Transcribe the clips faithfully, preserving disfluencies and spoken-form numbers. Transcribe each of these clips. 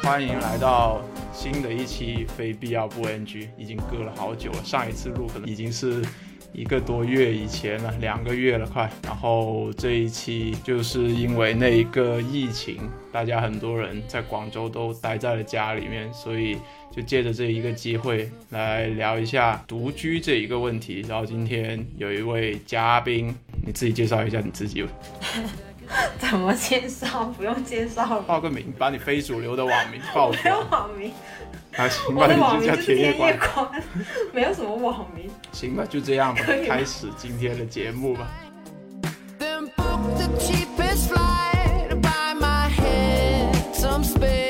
欢迎来到新的一期非必要不 N G， 已经隔了好久了，上一次录可能已经是一个多月以前了，两个月了快。然后这一期就是因为那一个疫情，大家很多人在广州都待在了家里面，所以就借着这一个机会来聊一下独居这一个问题。然后今天有一位嘉宾，你自己介绍一下你自己吧。 怎么介绍？不用介绍了， 报个名，把你非主流的网名报出来。 没有网名。 啊，行吧， 我的网你就叫名就是天天夜夜观，没有什么网名。 行吧，就这样吧， 可以吗开始今天的节目吧。 Then book the cheapest flight, buy my head some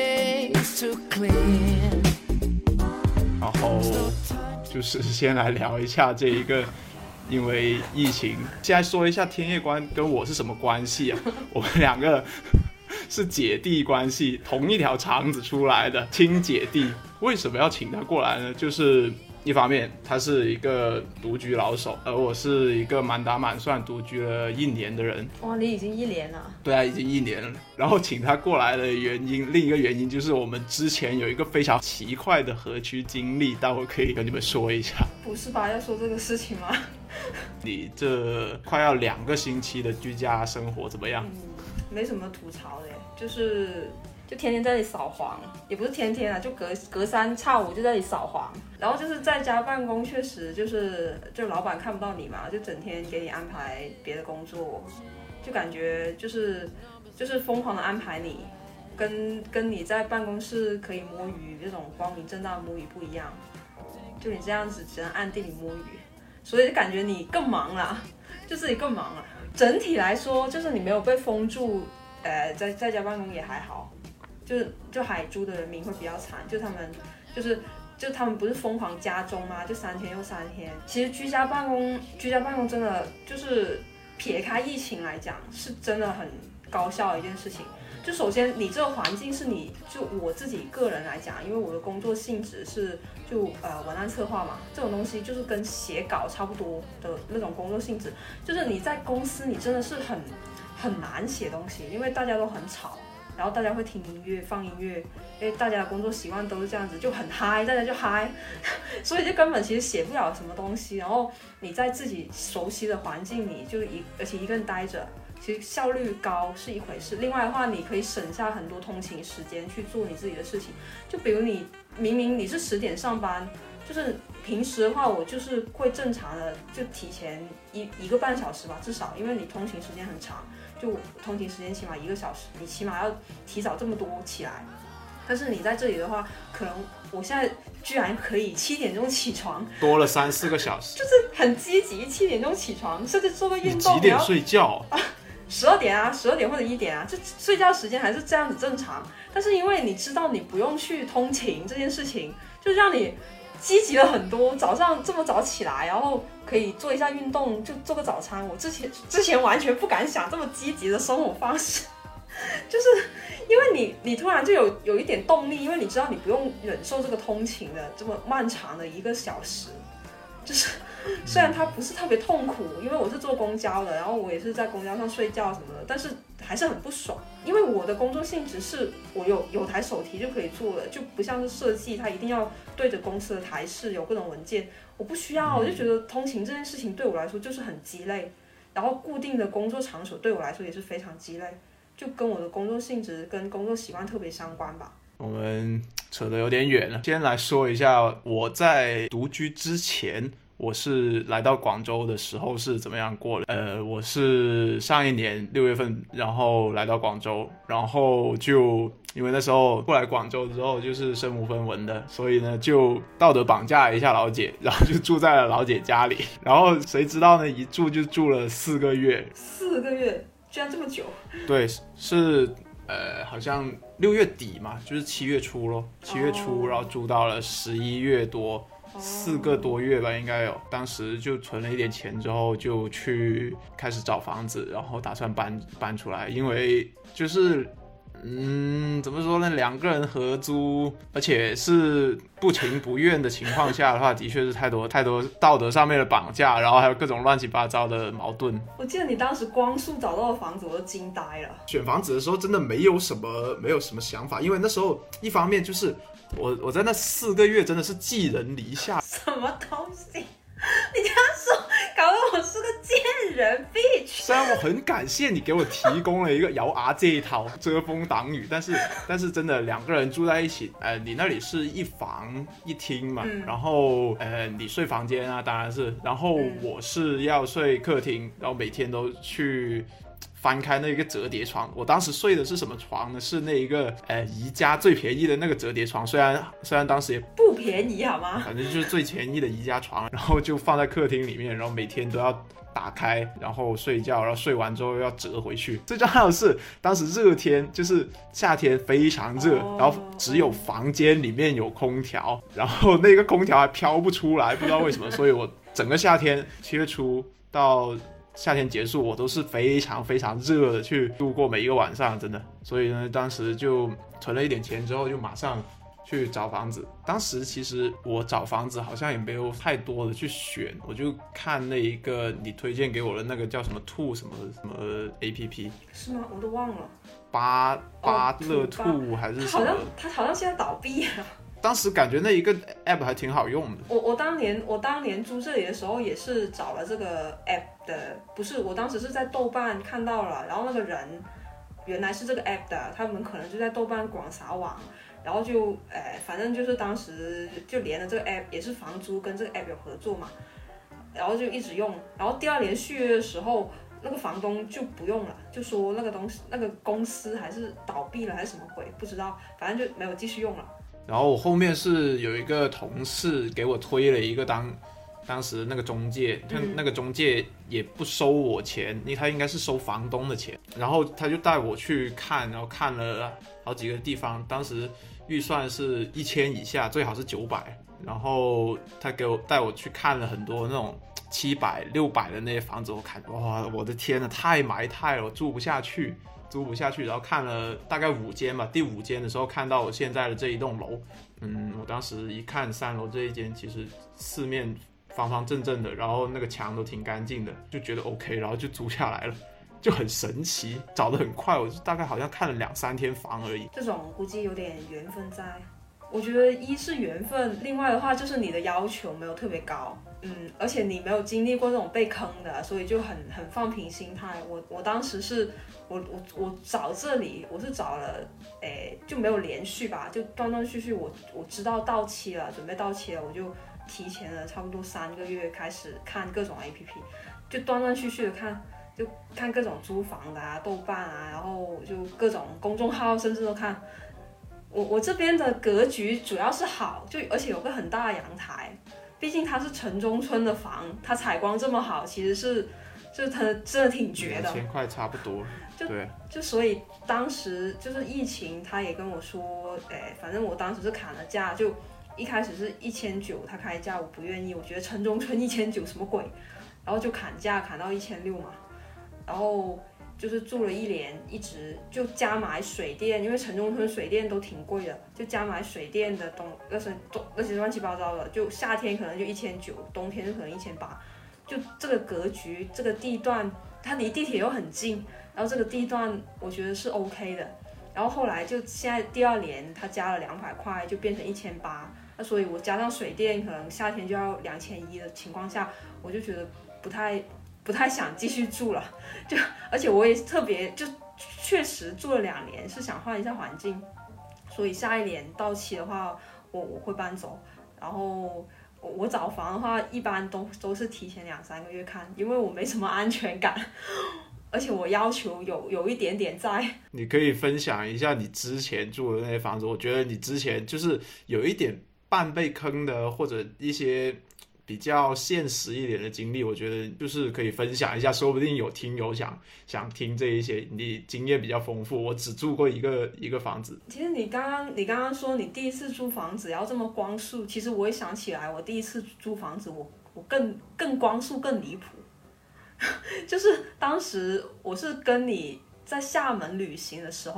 space to clear. 然后就是先来聊一下这一个，因为疫情，现在说一下天夜观跟我是什么关系啊？我们两个是姐弟关系，同一条肠子出来的亲姐弟。为什么要请他过来呢？就是一方面他是一个独居老手，而我是一个满打满算独居了一年的人。 哇，你已经一年了。 对啊，已经一年了。然后请他过来的原因，另一个原因就是我们之前有一个非常奇怪的合居经历，待会可以跟你们说一下。 不是吧？要说这个事情吗？ 你这快要两个星期的居家生活怎么样？ 嗯，没什么吐槽的，就是就天天在这里扫黄，也不是天天啊，就隔隔三差五就在这里扫黄。然后就是在家办公，确实就是就老板看不到你嘛，就整天给你安排别的工作，就感觉就是就是疯狂的安排你，跟跟你在办公室可以摸鱼这种光明正大的摸鱼不一样，就你这样子只能暗地里摸鱼，所以就感觉你更忙了，就自己更忙了。整体来说，就是你没有被封住，呃，在在家办公也还好，就是就海珠的人民会比较惨，就他们就是就他们不是疯狂加钟吗？就三天又三天。其实居家办公，居家办公真的就是撇开疫情来讲，是真的很高效的一件事情。就首先你这个环境是你就我自己个人来讲，因为我的工作性质是就呃文案策划嘛，这种东西就是跟写稿差不多的那种工作性质，就是你在公司你真的是很很难写东西，因为大家都很吵，然后大家会听音乐放音乐，因为大家的工作习惯都是这样子，就很嗨，大家就嗨，所以就根本其实写不了什么东西。然后你在自己熟悉的环境里就一而且一个人待着，其实效率高是一回事，另外的话你可以省下很多通勤时间去做你自己的事情。就比如你明明你是十点上班，就是平时的话我就是会正常的就提前一一个半小时吧，至少因为你通勤时间很长，就通勤时间起码一个小时，你起码要提早这么多起来。但是你在这里的话，可能我现在居然可以七点钟起床， 多了三四个小时， 就是很积极，七点钟起床，甚至做个运动。 你几点睡觉？ 十二点啊，十二点或者一点啊，就睡觉时间还是这样子正常。但是因为你知道你不用去通勤这件事情，就让你积极了很多。早上这么早起来，然后可以做一下运动，就做个早餐。我之前之前完全不敢想这么积极的生活方式，就是因为你你突然就有有一点动力，因为你知道你不用忍受这个通勤的这么漫长的一个小时，就是虽然它不是特别痛苦，因为我是坐公交的，然后我也是在公交上睡觉什么的，但是还是很不爽。因为我的工作性质是我有有台手提就可以做的，就不像是设计，它一定要对着公司的台式有各种文件，我不需要。我就觉得通勤这件事情对我来说就是很鸡肋，然后固定的工作场所对我来说也是非常鸡肋，就跟我的工作性质跟工作习惯特别相关吧。 我们扯得有点远了，先来说一下我在独居之前，我是来到广州的时候是怎么样过的。呃，我是上一年六月份，然后来到广州，然后就因为那时候过来广州之后就是身无分文的，所以呢就道德绑架一下老姐，然后就住在了老姐家里。然后谁知道呢，一住就住了四个月。 四个月居然这么久？ 对，是呃，好像六月底嘛，就是七月初咯，七月初， oh. 然后住到了十一月多。四个多月吧，应该有。当时就存了一点钱之后，就去开始找房子，然后打算搬搬出来。因为就是嗯，怎么说呢？两个人合租，而且是不情不愿的情况下的话，的确是太多太多道德上面的绑架，然后还有各种乱七八糟的矛盾。 我记得你当时光速找到的房子，我都惊呆了。 选房子的时候真的没有什么没有什么想法，因为那时候一方面就是我我在那四个月真的是寄人篱下。 什么东西？你这样说，搞得我是个贱人 bitch。 虽然我很感谢你给我提供了一个摇 R 这一套遮风挡雨，但是但是真的两个人住在一起，呃，你那里是一房一厅嘛，嗯、然后呃你睡房间啊，当然是，然后我是要睡客厅，然后每天都去翻开那个折叠床。我当时睡的是什么床呢？是那一个呃宜家最便宜的那个折叠床，虽然虽然当时也不便宜好吗？ 反正就是最便宜的宜家床，然后就放在客厅里面，然后每天都要打开，然后睡觉，然后睡完之后又要折回去。最重要的是，当时热天就是夏天非常热，哦、然后只有房间里面有空调，然后那个空调还飘不出来，不知道为什么，所以我整个夏天七月初到夏天结束，我都是非常非常热的去度过每一个晚上，真的。所以呢，当时就存了一点钱之后，就马上去找房子。当时其实我找房子好像也没有太多的去选，我就看那一个你推荐给我的那个叫什么兔什么什么 A P P， 是吗？我都忘了。 巴巴乐兔还是什么？ 好像它好像现在倒闭了。 当时感觉那一个 app 还挺好用的。 我我当年我当年租这里的时候也是找了这个 app 的，不是，我当时是在豆瓣看到了，然后那个人原来是这个 app 的，他们可能就在豆瓣广撒网，然后就呃反正就是当时就连了这个 app， 也是房租跟这个 app 有合作嘛，然后就一直用，然后第二年续约的时候，那个房东就不用了，就说那个东西那个公司还是倒闭了还是什么鬼，不知道，反正就没有继续用了。 然后我后面是有一个同事给我推了一个当当时那个中介，他那个中介也不收我钱，因为他应该是收房东的钱，然后他就带我去看，然后看了好几个地方，当时预算是一千以下，最好是九百，然后他给我带我去看了很多那种七百、六百的那些房子，我看哇，我的天呐，太埋汰了，我住不下去。租不下去，然后看了大概五间吧，第五间的时候看到我现在的这一栋楼，嗯，我当时一看三楼这一间，其实四面方方正正的，然后那个墙都挺干净的，就觉得 OK， 然后就租下来了，就很神奇，找得很快，我就大概好像看了两三天房而已。 这种估计有点缘分在，我觉得一是缘分，另外的话就是你的要求没有特别高。嗯，而且你没有经历过这种被坑的，所以就很很放平心态。我我当时是，我我我找这里，我是找了，诶就没有连续吧，就断断续续我。我我知道到期了，准备到期了，我就提前了差不多三个月开始看各种 A P P， 就断断续续的看，就看各种租房的啊、豆瓣啊，然后就各种公众号，甚至都看。我我这边的格局主要是好，就而且有个很大的阳台。毕竟它是城中村的房，它采光这么好，其实是，就是它真的挺绝的。 两千块差不多。 就对。 就所以当时就是疫情，他也跟我说，哎，反正我当时是砍了价，就一开始是一千九，他开价我不愿意，我觉得城中村一千九什么鬼，然后就砍价砍到一千六嘛，然后就是住了一年，一直就加买水电，因为城中村水电都挺贵的，就加买水电的东那些那些乱七八糟的，就夏天可能就一千九，冬天就可能一千八，就这个格局，这个地段，它离地铁又很近，然后这个地段我觉得是 OK 的，然后后来就现在第二年它加了两百块，就变成一千八，那所以我加上水电，可能夏天就要两千一的情况下，我就觉得不太。不太想继续住了，就而且我也特别就确实住了两年，是想换一下环境，所以下一年到期的话，我我会搬走。然后我我找房的话，一般都都是提前两三个月看，因为我没什么安全感，而且我要求有有一点点在。 你可以分享一下你之前住的那些房子，我觉得你之前就是有一点半被坑的，或者一些。比较现实一点的经历，我觉得就是可以分享一下，说不定有听友想想听这一些，你经验比较丰富。我只住过一个一个房子。 其实你刚刚你刚刚说你第一次租房子要这么光速，其实我也想起来，我第一次租房子我我更更光速更离谱，就是当时我是跟你在厦门旅行的时候，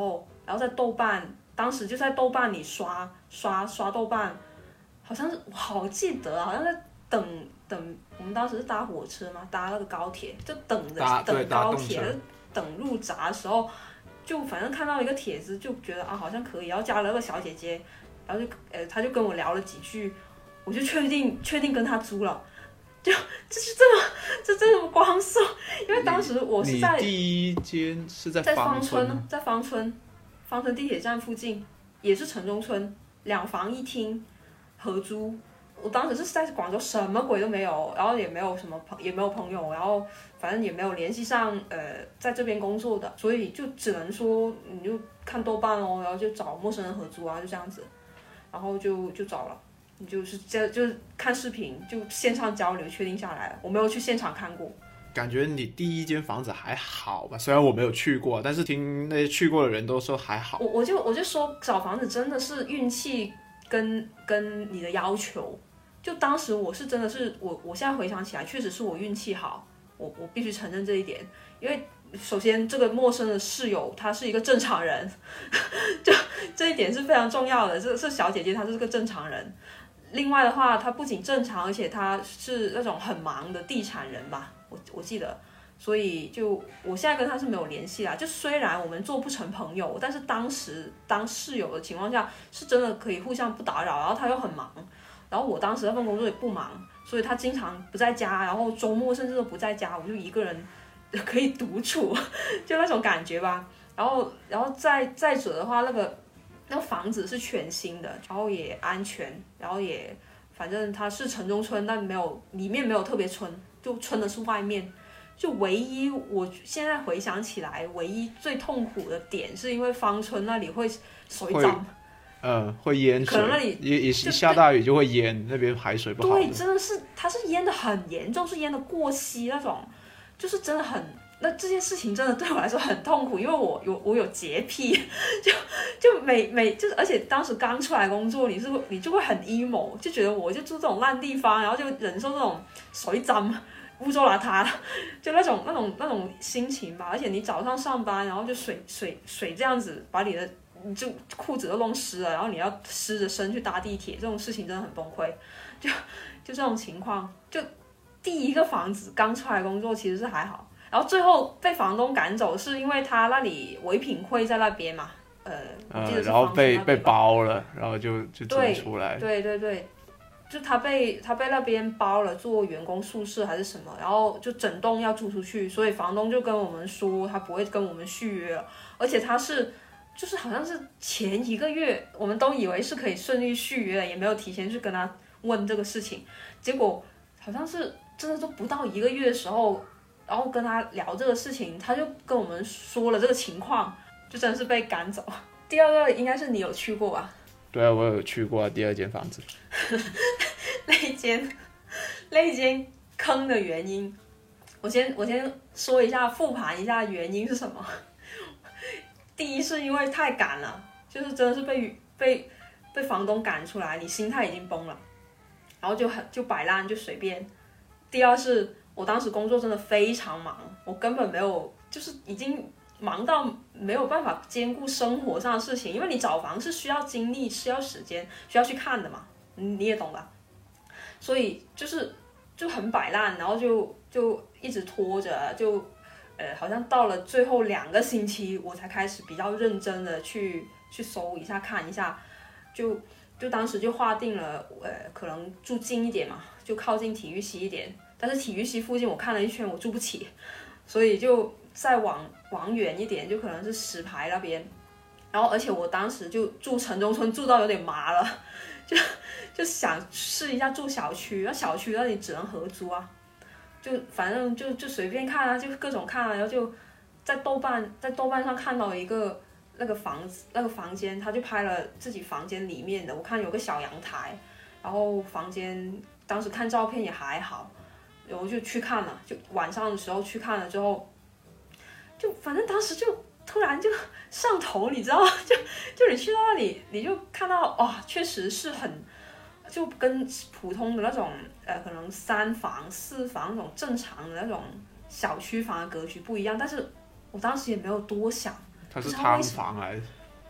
然后在豆瓣，当时就在豆瓣里刷刷刷豆瓣，好像是我好记得啊，好像在等等，我们当时是搭火车嘛，搭那个高铁，就等着等高铁，等入闸的时候，就反正看到一个帖子，就觉得啊好像可以，然后加了那个小姐姐，然后就呃他就跟我聊了几句，我就确定确定跟他租了。就就是这么就这么光速，因为当时我是在你第一间是在在芳村，在芳村，芳村地铁站附近，也是城中村，两房一厅，合租。我当时是在广州，什么鬼都没有，然后也没有什么朋，也没有朋友，然后反正也没有联系上呃在这边工作的，所以就只能说你就看豆瓣哦，然后就找陌生人合租啊，就这样子，然后就就找了。就是这就是看视频，就线上交流确定下来了。我没有去现场看过。 感觉你第一间房子还好吧？虽然我没有去过，但是听那些去过的人都说还好。 我我就我就说找房子真的是运气跟跟你的要求。就当时我是真的是我我现在回想起来，确实是我运气好，我我必须承认这一点。因为首先这个陌生的室友他是一个正常人，就这一点是非常重要的。这这小姐姐她是个正常人。另外的话，他不仅正常，而且他是那种很忙的地产人吧，我我记得，所以就我现在跟他是没有联系啦。就虽然我们做不成朋友，但是当时当室友的情况下，是真的可以互相不打扰。然后他又很忙，然后我当时那份工作也不忙，所以他经常不在家，然后周末甚至都不在家，我就一个人可以独处，就那种感觉吧。然后然后再再者的话，那个。那个房子是全新的，然后也安全，然后也反正它是城中村，但没有里面没有特别村，就村的是外面。就唯一我现在回想起来，唯一最痛苦的点是因为芳村那里会水涨， 嗯，会淹水， 可能那里也也下大雨就会淹，那边排水不好。 对，真的是它是淹的很严重，是淹的过膝那种，就是真的很。那这件事情真的对我来说很痛苦，因为我有我有洁癖，就就每每就是，而且当时刚出来工作，你是你就会很 emo， 就觉得我就住这种烂地方，然后就忍受这种水脏、污糟邋遢，就那种那种那种心情吧。而且你早上上班，然后就水水水这样子把你的就裤子都弄湿了，然后你要湿着身去搭地铁，这种事情真的很崩溃。就就这种情况，就第一个房子刚出来工作其实是还好。然后最后被房东赶走，是因为他那里唯品会在那边嘛，呃，我记得是然后被被包了，然后就就租出来。 对对对对，就他被他被那边包了做员工宿舍还是什么，然后就整栋要租出去，所以房东就跟我们说他不会跟我们续约了，而且他是就是好像是前一个月我们都以为是可以顺利续约的，也没有提前去跟他问这个事情，结果好像是真的都不到一个月的时候。然后跟他聊这个事情，他就跟我们说了这个情况，就真的是被赶走。第二个应该是你有去过吧？ 对啊，我有去过、啊、第二间房子。 那一间，那一间坑的原因，我先我先说一下，复盘一下原因是什么。第一是因为太赶了，就是真的是被被被房东赶出来，你心态已经崩了，然后就很就摆烂就随便。第二是。我当时工作真的非常忙，我根本没有，就是已经忙到没有办法兼顾生活上的事情，因为你找房是需要精力、需要时间、需要去看的嘛，你也懂的。所以就是就很摆烂，然后就就一直拖着，就呃好像到了最后两个星期，我才开始比较认真的去去搜一下看一下，就就当时就划定了，呃可能住近一点嘛，就靠近体育系一点。但是体育系附近我看了一圈，我住不起，所以就再往往远一点，就可能是石牌那边。然后而且我当时就住城中村，住到有点麻了，就就想试一下住小区。那小区那里只能合租啊，就反正就就随便看啊，就各种看啊。然后就在豆瓣在豆瓣上看到一个那个房子那个房间，他就拍了自己房间里面的，我看有个小阳台，然后房间当时看照片也还好。然后就去看了，就晚上的时候去看了之后，就反正当时就突然就上头，你知道吗？就就你去到那里，你就看到哇、哦，确实是很，就跟普通的那种呃可能三房四房那种正常的那种小区房的格局不一样。但是我当时也没有多想， 它是汤房来的。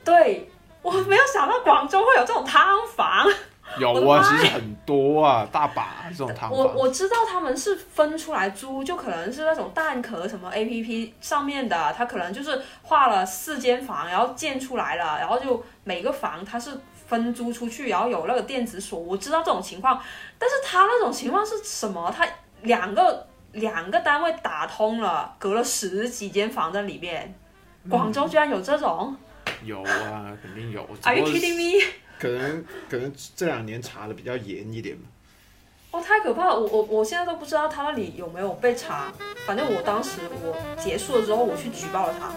对，我没有想到广州会有这种汤房。 有啊，其实很多啊，大把这种汤房。 我我知道他们是分出来租，就可能是那种蛋壳什么 A P P 上面的，他可能就是画了四间房，然后建出来了，然后就每个房它是分租出去，然后有那个电子锁。我知道这种情况，但是他那种情况是什么？他两个两个单位打通了，隔了十几间房在里面，广州居然有这种？ 有啊，肯定有。 Are you kidding me？ 可能可能这两年查的比较严一点吧。 哦，太可怕了！我我我现在都不知道他那里有没有被查。反正我当时我结束了之后，我去举报了他，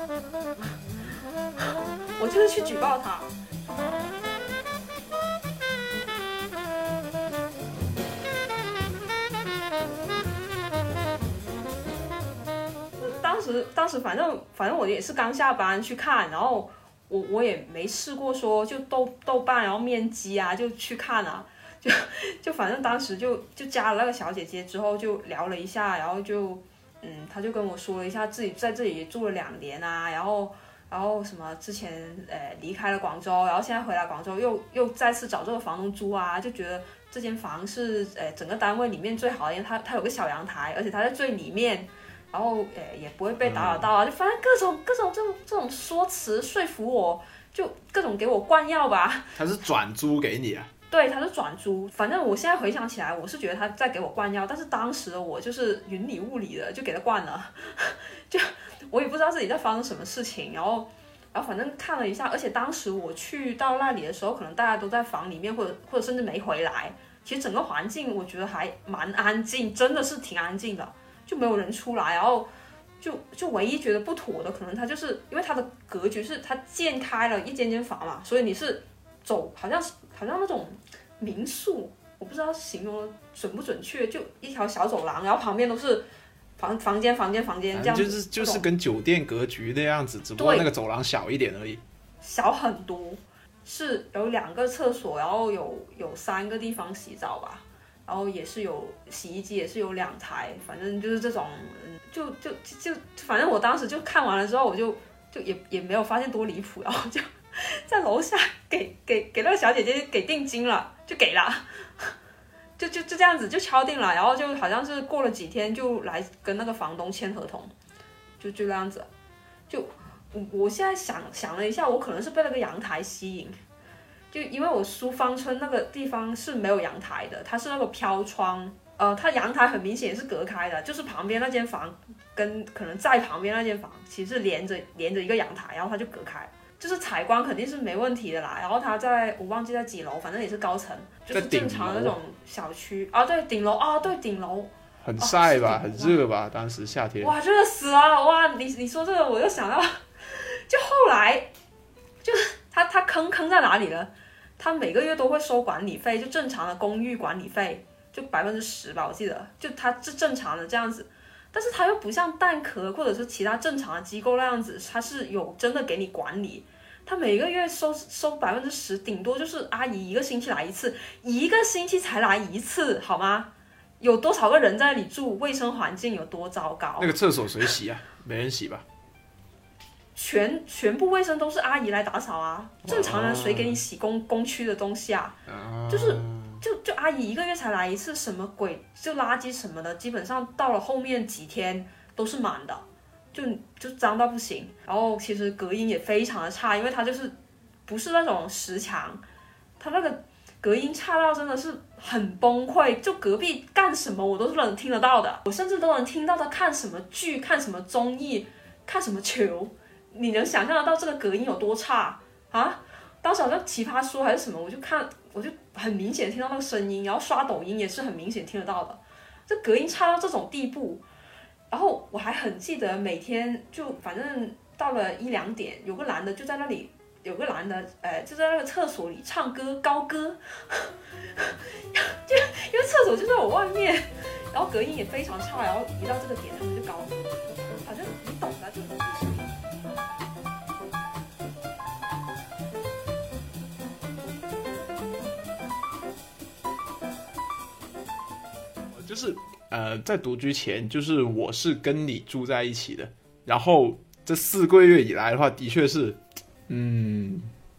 我就是去举报他。当时当时反正反正我也是刚下班去看，然后。我我也没试过说就豆豆瓣然后面基啊就去看啊，就就反正当时就就加了那个小姐姐之后就聊了一下，然后就嗯她就跟我说了一下自己在这里也住了两年啊，然后然后什么之前呃离开了广州，然后现在回来广州又又再次找这个房东租啊，就觉得这间房是呃整个单位里面最好的，因为它它有个小阳台，而且它在最里面。然后诶也不会被打扰到啊，就反正各种各种这种这种说辞说服我，就各种给我灌药吧。 他是转租给你啊？ 对，他是转租。反正我现在回想起来，我是觉得他在给我灌药，但是当时的我就是云里雾里的就给他灌了，就我也不知道自己在发生什么事情。然后然后反正看了一下，而且当时我去到那里的时候，可能大家都在房里面，或者或者甚至没回来。其实整个环境我觉得还蛮安静，真的是挺安静的。就没有人出来，然后就就唯一觉得不妥的，可能它就是因为它的格局是它建开了一间间房嘛，所以你是走好像好像那种民宿，我不知道形容的准不准确，就一条小走廊，然后旁边都是房房间房间房间这样子， 就是就是跟酒店格局的样子，只不过那个走廊小一点而已， 小很多，是有两个厕所，然后有有三个地方洗澡吧。然后也是有洗衣机，也是有两台，反正就是这种，嗯，就就就反正我当时就看完了之后，我就就也也没有发现多离谱，然后就在楼下给给给那个小姐姐给定金了，就给了，就就就这样子就敲定了，然后就好像是过了几天就来跟那个房东签合同，就就这样子，就我我现在想想了一下，我可能是被那个阳台吸引。就因为我苏芳村那个地方是没有阳台的，它是那个飘窗，呃，它阳台很明显是隔开的，就是旁边那间房跟可能在旁边那间房其实是连着连着一个阳台，然后它就隔开，就是采光肯定是没问题的啦。然后它在我忘记在几楼，反正也是高层，就是正常的那种小区啊，对，顶楼啊，对，顶楼。 很晒吧，哦、很热吧，当时夏天。 哇，热死了！哇，你你说这个我就想到，就后来就是他他坑坑在哪里了？他每个月都会收管理费，就正常的公寓管理费，就百分之十吧，我记得，就他是正常的这样子。但是他又不像蛋壳或者是其他正常的机构那样子，他是有真的给你管理。他每个月收收百分之十，顶多就是阿姨一个星期来一次，一个星期才来一次，好吗？有多少个人在那里住？卫生环境有多糟糕？ 那个厕所谁洗啊？没人洗吧？ 全全部卫生都是阿姨来打扫啊，正常人谁给你洗公公区的东西啊？就是就就阿姨一个月才来一次，什么鬼？就垃圾什么的，基本上到了后面几天都是满的，就就脏到不行。然后其实隔音也非常的差，因为它就是不是那种石墙，它那个隔音差到真的是很崩溃。就隔壁干什么我都是能听得到的，我甚至都能听到他看什么剧、看什么综艺、看什么球。你能想象得到这个隔音有多差啊？当时好像奇葩说还是什么，我就看，我就很明显听到那个声音，然后刷抖音也是很明显听得到的，这隔音差到这种地步。然后我还很记得每天就反正到了一两点，有个男的就在那里，有个男的，呃，就在那个厕所里唱歌高歌，就因为厕所就在我外面，然后隔音也非常差，然后一到这个点他们就高歌，反正你懂的，就很意思。 就是呃，在独居前，就是我是跟你住在一起的，然后这四个月以来的话，的确是，嗯，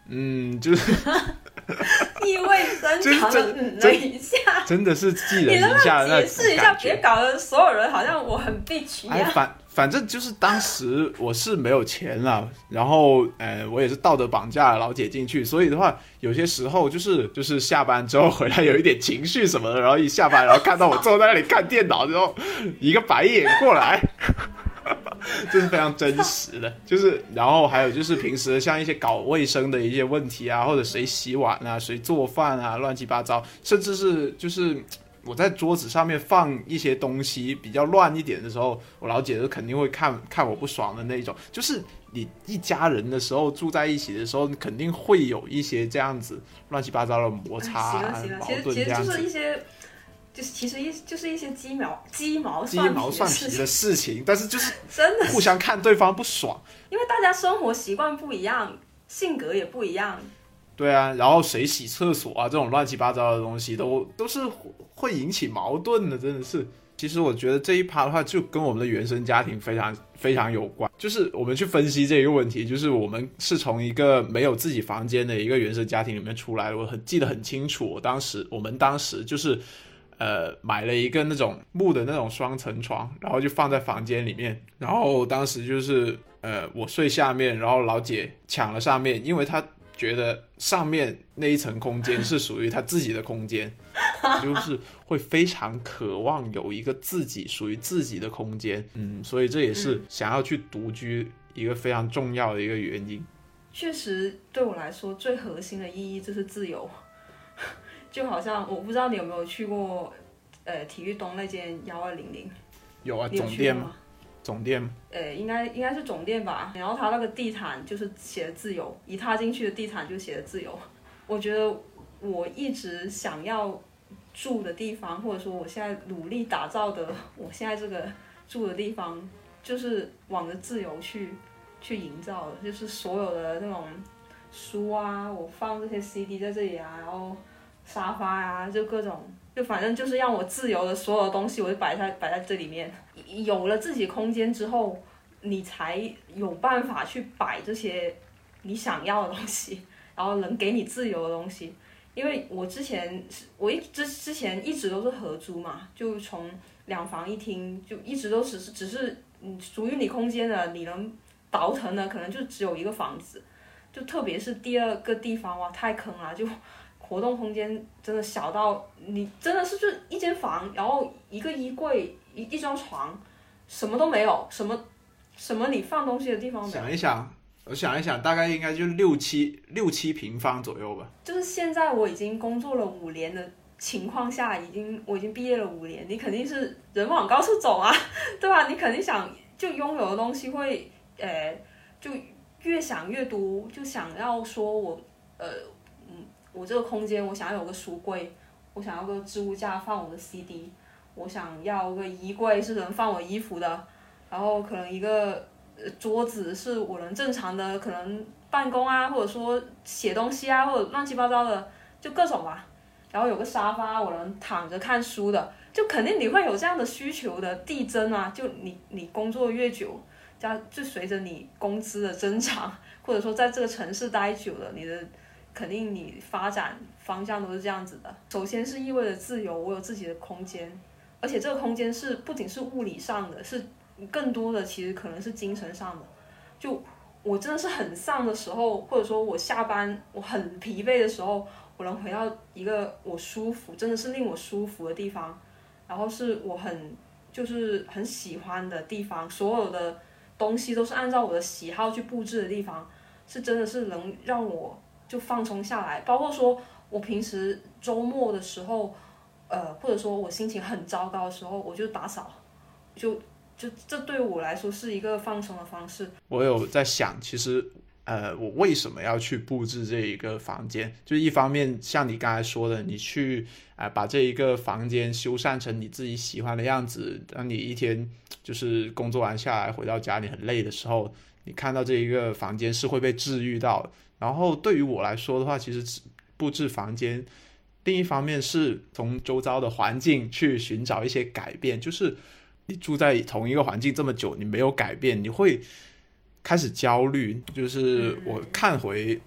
嗯，就是意味深长的嗯了一下。 真的是寄你能不人篱下的那能解释一下， 种感觉。 别搞得所有人好像我很 bitch 一哎， 样。 反反正就是当时我是没有钱了，然后呃，我也是道德绑架了老姐进去，所以的话，有些时候就是就是下班之后回来有一点情绪什么的，然后一下班，然后看到我坐在那里看电脑之后，一个白眼过来。这是非常真实的，就是然后还有就是平时像一些搞卫生的一些问题啊，或者谁洗碗啊，谁做饭啊，乱七八糟，甚至是就是我在桌子上面放一些东西比较乱一点的时候，我老姐就肯定会看看我不爽的那种。就是你一家人的时候住在一起的时候，你肯定会有一些这样子乱七八糟的摩擦、啊、 行了行了， 矛其实其实就盾这样子。 是一些。就是其实一就是一些鸡毛鸡毛鸡蒜毛蒜皮的事情，但是就是真的互相看对方不爽。 因为大家生活习惯不一样，性格也不一样。 对啊，然后谁洗厕所啊，这种乱七八糟的东西都都是会引起矛盾的，真的是。其实我觉得这一趴的话，就跟我们的原生家庭非常非常有关。就是我们去分析这个问题，就是我们是从一个没有自己房间的一个原生家庭里面出来的。我很记得很清楚，我当时我们当时就是。呃，买了一个那种木的那种双层床，然后就放在房间里面。然后当时就是呃，我睡下面，然后老姐抢了上面，因为她觉得上面那一层空间是属于她自己的空间，就是会非常渴望有一个自己属于自己的空间。嗯，所以这也是想要去独居一个非常重要的一个原因。 确实，对我来说最核心的意义就是自由。就好像我不知道你有没有去过，呃，体育东那间幺二零零。 有啊， 有总店吗？总店吗？ 呃，应该应该是总店吧。然后它那个地毯就是写的自由，一踏进去的地毯就写的自由。我觉得我一直想要住的地方，或者说我现在努力打造的我现在这个住的地方，就是往着自由去去营造的。就是所有的那种书啊，我放这些 C D 在这里啊，然后。沙发呀、啊，就各种，就反正就是让我自由的所有的东西，我就摆在摆在这里面。有了自己空间之后，你才有办法去摆这些你想要的东西，然后能给你自由的东西。因为我之前我一之之前一直都是合租嘛，就从两房一厅，就一直都只是只是嗯属于你空间的，你能倒腾的可能就只有一个房子，就特别是第二个地方哇，太坑了，就。活动空间真的小到你真的是就一间房，然后一个衣柜一一张床，什么都没有，什么什么你放东西的地方没有。 想一想，我想一想，大概应该就六七六七平方左右吧。 就是现在我已经工作了五年的情况下，已经我已经毕业了五年，你肯定是人往高处走啊，对吧？你肯定想就拥有的东西会，呃，就越想越多，就想要说我呃。我这个空间，我想要有个书柜，我想要个置物架放我的 C D， 我想要个衣柜是能放我衣服的，然后可能一个桌子是我能正常的可能办公啊，或者说写东西啊，或者乱七八糟的，就各种吧。然后有个沙发，我能躺着看书的，就肯定你会有这样的需求的递增啊。就你你工作越久，加就随着你工资的增长，或者说在这个城市待久了，你的。肯定你发展方向都是这样子的。首先是意味着自由，我有自己的空间，而且这个空间是不仅是物理上的，是更多的其实可能是精神上的。就我真的是很丧的时候，或者说我下班我很疲惫的时候，我能回到一个我舒服，真的是令我舒服的地方，然后是我很就是很喜欢的地方，所有的东西都是按照我的喜好去布置的地方，是真的是能让我。就放松下来，包括说我平时周末的时候，呃，或者说我心情很糟糕的时候，我就打扫，就就这对我来说是一个放松的方式。 我有在想，其实呃，我为什么要去布置这一个房间？就是一方面像你刚才说的，你去啊、呃、把这一个房间修缮成你自己喜欢的样子，当你一天就是工作完下来回到家里很累的时候，你看到这一个房间是会被治愈到的。然后对于我来说的话，其实布置房间另一方面是从周遭的环境去寻找一些改变，就是你住在同一个环境这么久，你没有改变，你会开始焦虑。就是我看回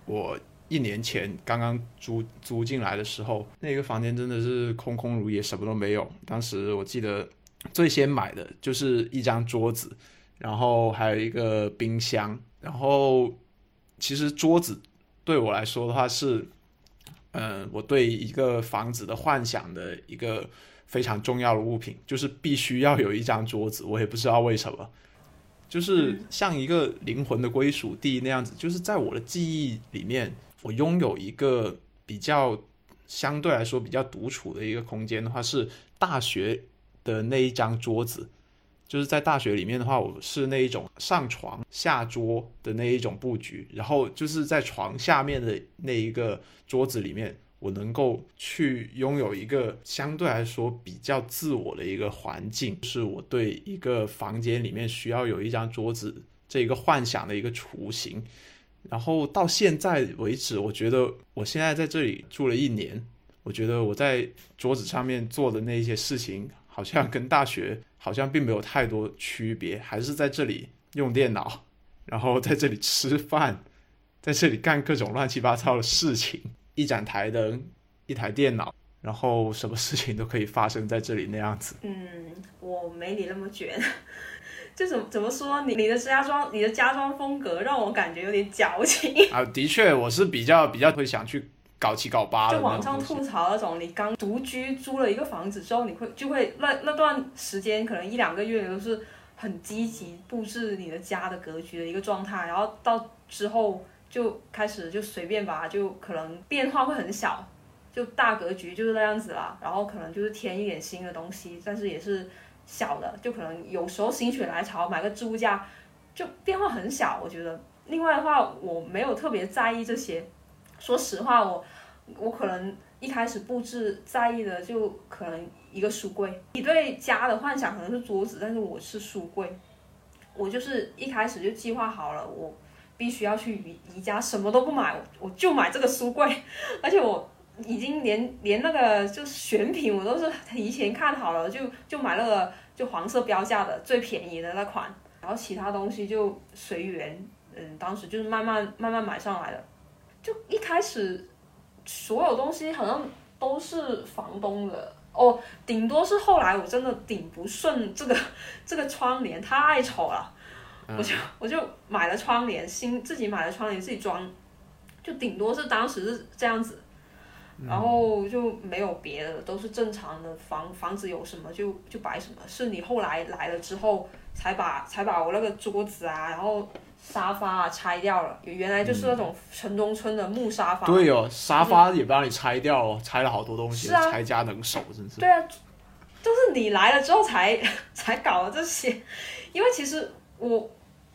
我一年前刚刚租租进来的时候，那个房间真的是空空如也，什么都没有。当时我记得最先买的就是一张桌子，然后还有一个冰箱。然后其实桌子对我来说的话是，嗯、呃，我对一个房子的幻想的一个非常重要的物品，就是必须要有一张桌子。我也不知道为什么。就是像一个灵魂的归属地那样子，就是在我的记忆里面，我拥有一个比较相对来说比较独处的一个空间的话，是大学的那一张桌子。就是在大学里面的话，我是那一种上床下桌的那一种布局，然后就是在床下面的那一个桌子里面，我能够去拥有一个相对来说比较自我的一个环境，是我对一个房间里面需要有一张桌子这一个幻想的一个雏形。然后到现在为止，我觉得我现在在这里住了一年，我觉得我在桌子上面做的那些事情好像跟大学好像并没有太多区别，还是在这里用电脑，然后在这里吃饭，在这里干各种乱七八糟的事情，一盏台灯，一台电脑，然后什么事情都可以发生在这里那样子。 嗯，我没你那么卷，就怎么怎么说，你你的家装你的家装风格让我感觉有点矫情啊。的确，我是比较比较会想去搞七搞八的就网上吐槽那种，你刚独居租了一个房子之后，你会就会那那段时间可能一两个月都是很积极布置你的家的格局的一个状态，然后到之后就开始就随便吧，就可能变化会很小，就大格局就是那样子啦，然后可能就是添一点新的东西，但是也是小的，就可能有时候心血来潮买个置物架，就变化很小，我觉得。另外的话，我没有特别在意这些。说实话，我我可能一开始布置在意的就可能一个书柜。你对家的幻想可能是桌子，但是我是书柜。我就是一开始就计划好了，我必须要去宜宜家，什么都不买，我就买这个书柜。而且我已经连连那个就是选品我都是提前看好了，就就买那个就黄色标价的最便宜的那款，然后其他东西就随缘。嗯，当时就是慢慢慢慢买上来的。就一开始所有东西好像都是房东的哦，顶多是后来我真的顶不顺这个这个窗帘太丑了，嗯、我就我就买了窗帘，新自己买了窗帘自己装，就顶多是当时是这样子，然后就没有别的，都是正常的房房子有什么就就摆什么，是你后来来了之后才把才把我那个桌子啊，然后沙发啊拆掉了，原来就是那种城中村的木沙发。 嗯、对哦，沙发也帮你拆掉了，拆了好多东西， 是啊、 拆家能手，真是。 对啊，都是你来了之后才才搞的这些，因为其实我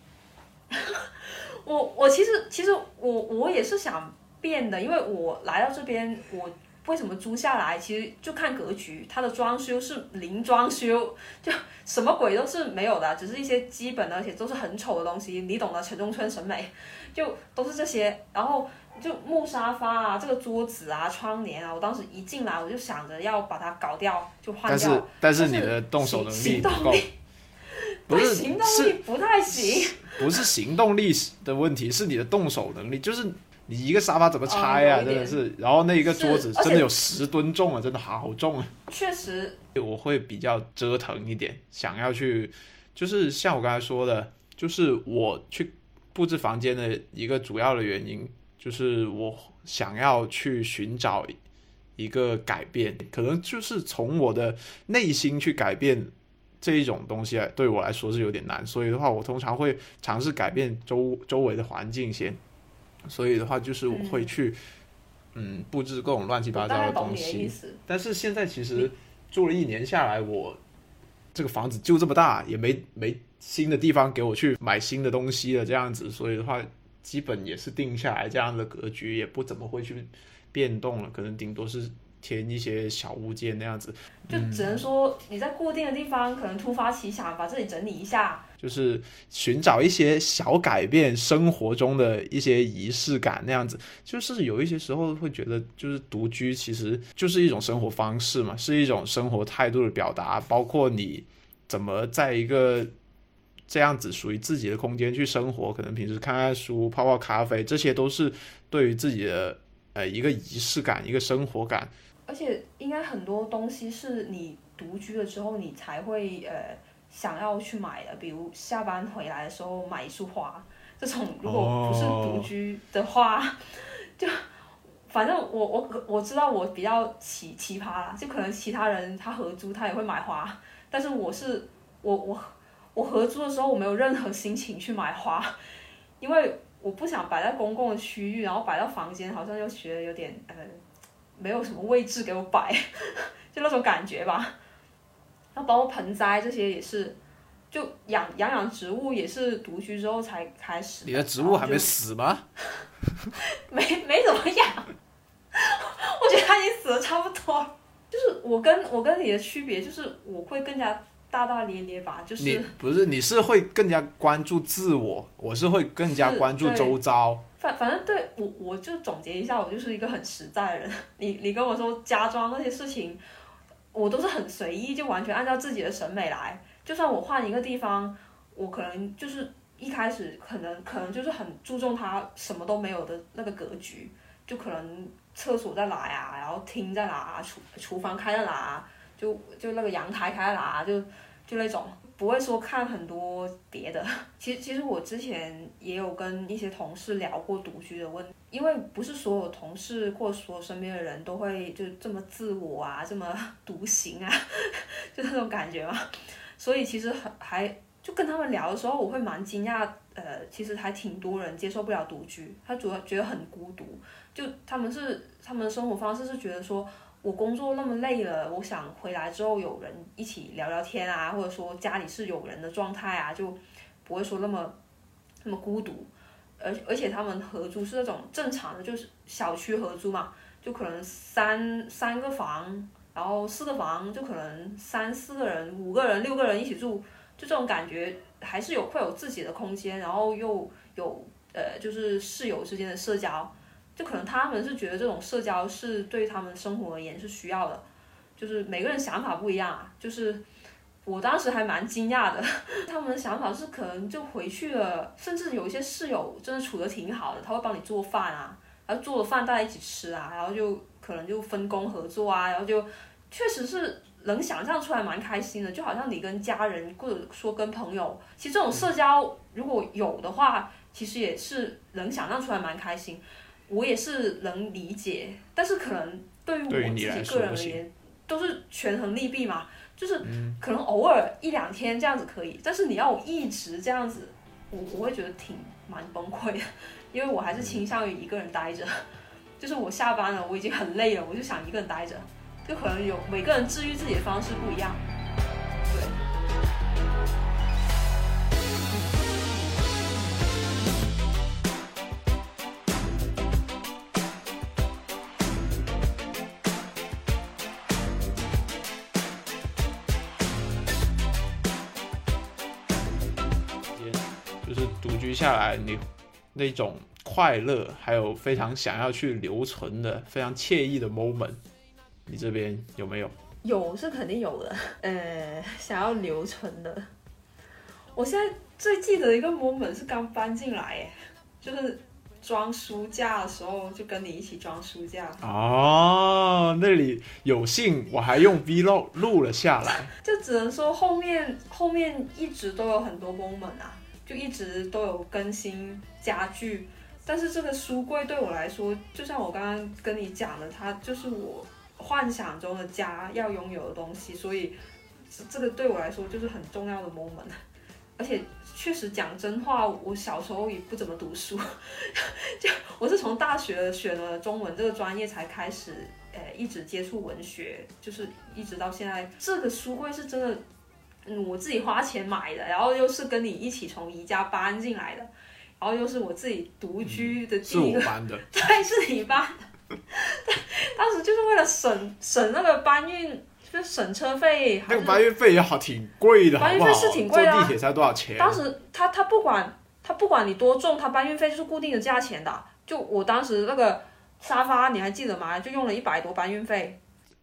我我其实其实我我也是想变的，因为我来到这边，我为什么租下来，其实就看格局，它的装修是零装修，就什么鬼都是没有的，只是一些基本的，而且都是很丑的东西，你懂得城中村审美，就都是这些。然后就木沙发啊，这个桌子啊，窗帘啊，我当时一进来我就想着要把它搞掉，就换掉。 但是但是你的动手能力不够， 不是行动力不太行， 不是行动力的问题，是你的动手能力，就是你一个沙发怎么拆啊，哦、真的是，然后那一个桌子真的有十吨重啊，真的好重啊。 确实， 我会比较折腾一点，想要去，就是像我刚才说的，就是我去布置房间的一个主要的原因，就是我想要去寻找一个改变，可能就是从我的内心去改变这一种东西，对我来说是有点难，所以的话，我通常会尝试改变周周围的环境先。所以的话，就是我会去，嗯，嗯布置各种乱七八糟的东西。但是现在其实住了一年下来，我这个房子就这么大，也没没新的地方给我去买新的东西了，这样子。所以的话，基本也是定下来这样的格局，也不怎么会去变动了，可能顶多是添一些小物件那样子。 就只能说你在固定的地方，可能突发奇想，把这里整理一下。 就是寻找一些小改变，生活中的一些仪式感那样子。就是有一些时候会觉得，就是独居其实就是一种生活方式嘛，是一种生活态度的表达，包括你怎么在一个这样子属于自己的空间去生活，可能平时看看书、泡泡咖啡，这些都是对于自己的呃一个仪式感、一个生活感。 而且应该很多东西是你独居了之后你才会呃想要去买的，比如下班回来的时候买一束花，这种如果不是独居的话，哦、就反正我我我知道我比较奇奇葩啦，就可能其他人他合租他也会买花，但是我是我我我合租的时候我没有任何心情去买花，因为我不想摆在公共的区域，然后摆到房间好像又觉得有点呃。没有什么位置给我摆，就那种感觉吧。然后包括盆栽这些也是，就养养养植物也是独居之后才开始的。 你的植物还没死吗？ 没没怎么养，我觉得它已经死的差不多。就是我跟我跟你的区别就是我会更加大大咧咧吧，就是你不是你是会更加关注自我，我是会更加关注周遭。 反反正对我我就总结一下，我就是一个很实在的人。你你跟我说家装那些事情，我都是很随意，就完全按照自己的审美来。就算我换一个地方，我可能就是一开始可能可能就是很注重它什么都没有的那个格局，就可能厕所在哪呀，然后厅在哪，厨厨房开在哪，就就那个阳台开在哪，就就那种。不会说看很多别的，其实其实我之前也有跟一些同事聊过独居的问题，因为不是所有同事或所有身边的人都会就这么自我啊，这么独行啊，就那种感觉嘛，所以其实很还就跟他们聊的时候，我会蛮惊讶，呃，其实还挺多人接受不了独居，他主要觉得很孤独，就他们是他们的生活方式是觉得说。我工作那么累了，我想回来之后有人一起聊聊天啊，或者说家里是有人的状态啊，就不会说那么那么孤独。而而且他们合租是那种正常的，就是小区合租嘛，就可能三三个房，然后四个房，就可能三四个人、五个人、六个人一起住，就这种感觉还是有会有自己的空间，然后又有呃就是室友之间的社交。就可能他们是觉得这种社交是对他们生活而言是需要的，就是每个人想法不一样啊。就是我当时还蛮惊讶的，他们的想法是可能就回去了，甚至有一些室友真的处得挺好的，他会帮你做饭啊，然后做了饭大家一起吃啊，然后就可能就分工合作啊，然后就确实是能想象出来蛮开心的，就好像你跟家人或者说跟朋友，其实这种社交如果有的话，其实也是能想象出来蛮开心。我也是能理解，但是可能对于我自己个人而言，都是权衡利弊嘛。就是可能偶尔一两天这样子可以，但是你要我一直这样子，我我会觉得挺蛮崩溃的，因为我还是倾向于一个人待着。就是我下班了，我已经很累了，我就想一个人待着。就可能有每个人治愈自己的方式不一样，对。 下来你那种快乐，还有非常想要去留存的非常惬意的 moment， 你这边有没有？ 有是肯定有的，呃，想要留存的。我现在最记得的一个 moment 是刚搬进来，就是装书架的时候，就跟你一起装书架。 哦，那里有幸我还用 Vlog 录了下来。 就只能说后面后面一直都有很多 moment 啊。就一直都有更新家具，但是这个书柜对我来说，就像我刚刚跟你讲的，它就是我幻想中的家要拥有的东西，所以这个对我来说就是很重要的 moment。而且确实讲真话，我小时候也不怎么读书，就我是从大学选了中文这个专业才开始，呃，一直接触文学，就是一直到现在，这个书柜是真的。嗯，我自己花钱买的，然后又是跟你一起从宜家搬进来的，然后又是我自己独居的第一个， 嗯、是我搬的， 对，是你搬的。当时就是为了省省那个搬运，就是省车费。 那个搬运费也好挺贵的， 搬运费是挺贵的、啊。 坐地铁才多少钱？ 当时他他不管他不管你多重，他搬运费就是固定的价钱的。就我当时那个沙发，你还记得吗？就用了一百多搬运费。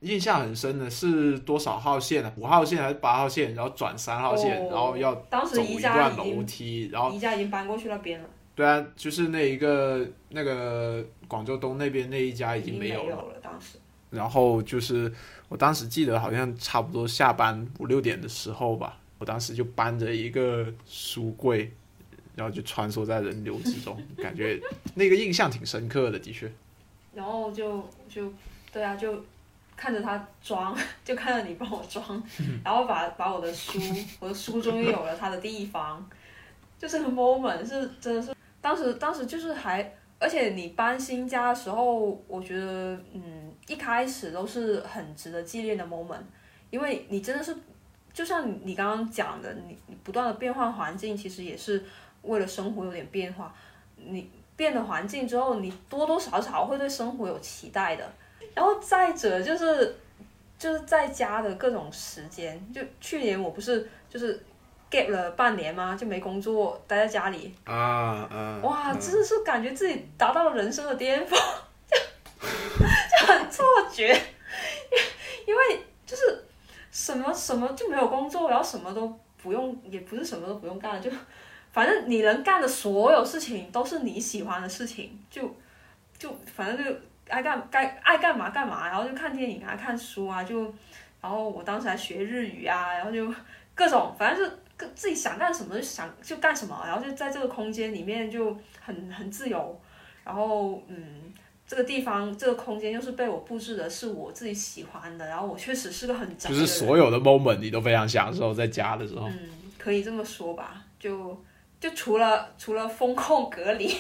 印象很深的是多少号线啊？五号线还是八号线？然后转三号线， 哦、 然后要当时走一宜家段已经楼梯，然后宜家已经搬过去那边了。 对啊，就是那一个那个广州东那边那一家已经没有了。 已经没有了当时。 然后就是我当时记得好像差不多下班五六点的时候吧，我当时就搬着一个书柜，然后就穿梭在人流之中，感觉那个印象挺深刻的，的确。 然后就就对啊，就看着他装，就看着你帮我装，然后把把我的书，我的书终于有了它的地方，就这个 moment 是真的是当时当时就是还。而且你搬新家的时候，我觉得，嗯，一开始都是很值得纪念的 moment， 因为你真的是，就像你刚刚讲的，你你不断的变换环境，其实也是为了生活有点变化。你变了环境之后，你多多少少会对生活有期待的。然后再者就是，就是在家的各种时间，就去年我不是就是。gap 了半年吗？就没工作，待在家里。 啊啊！ 哇，真的是感觉自己达到了人生的巅峰，就就很错觉，因为就是什么什么就没有工作，然后什么都不用，也不是什么都不用干，就反正你能干的所有事情都是你喜欢的事情，就就反正就爱干该爱干嘛干嘛，然后就看电影啊、看书啊，就然后我当时还学日语啊，然后就各种反正就。自己想干什么就想就干什么，然后就在这个空间里面就很很自由，然后嗯，这个地方这个空间又是被我布置的是我自己喜欢的，然后我确实是个很宅的人， 就是所有的 moment 你都非常享受在家的时候。 嗯，可以这么说吧，就就除了除了风控隔离。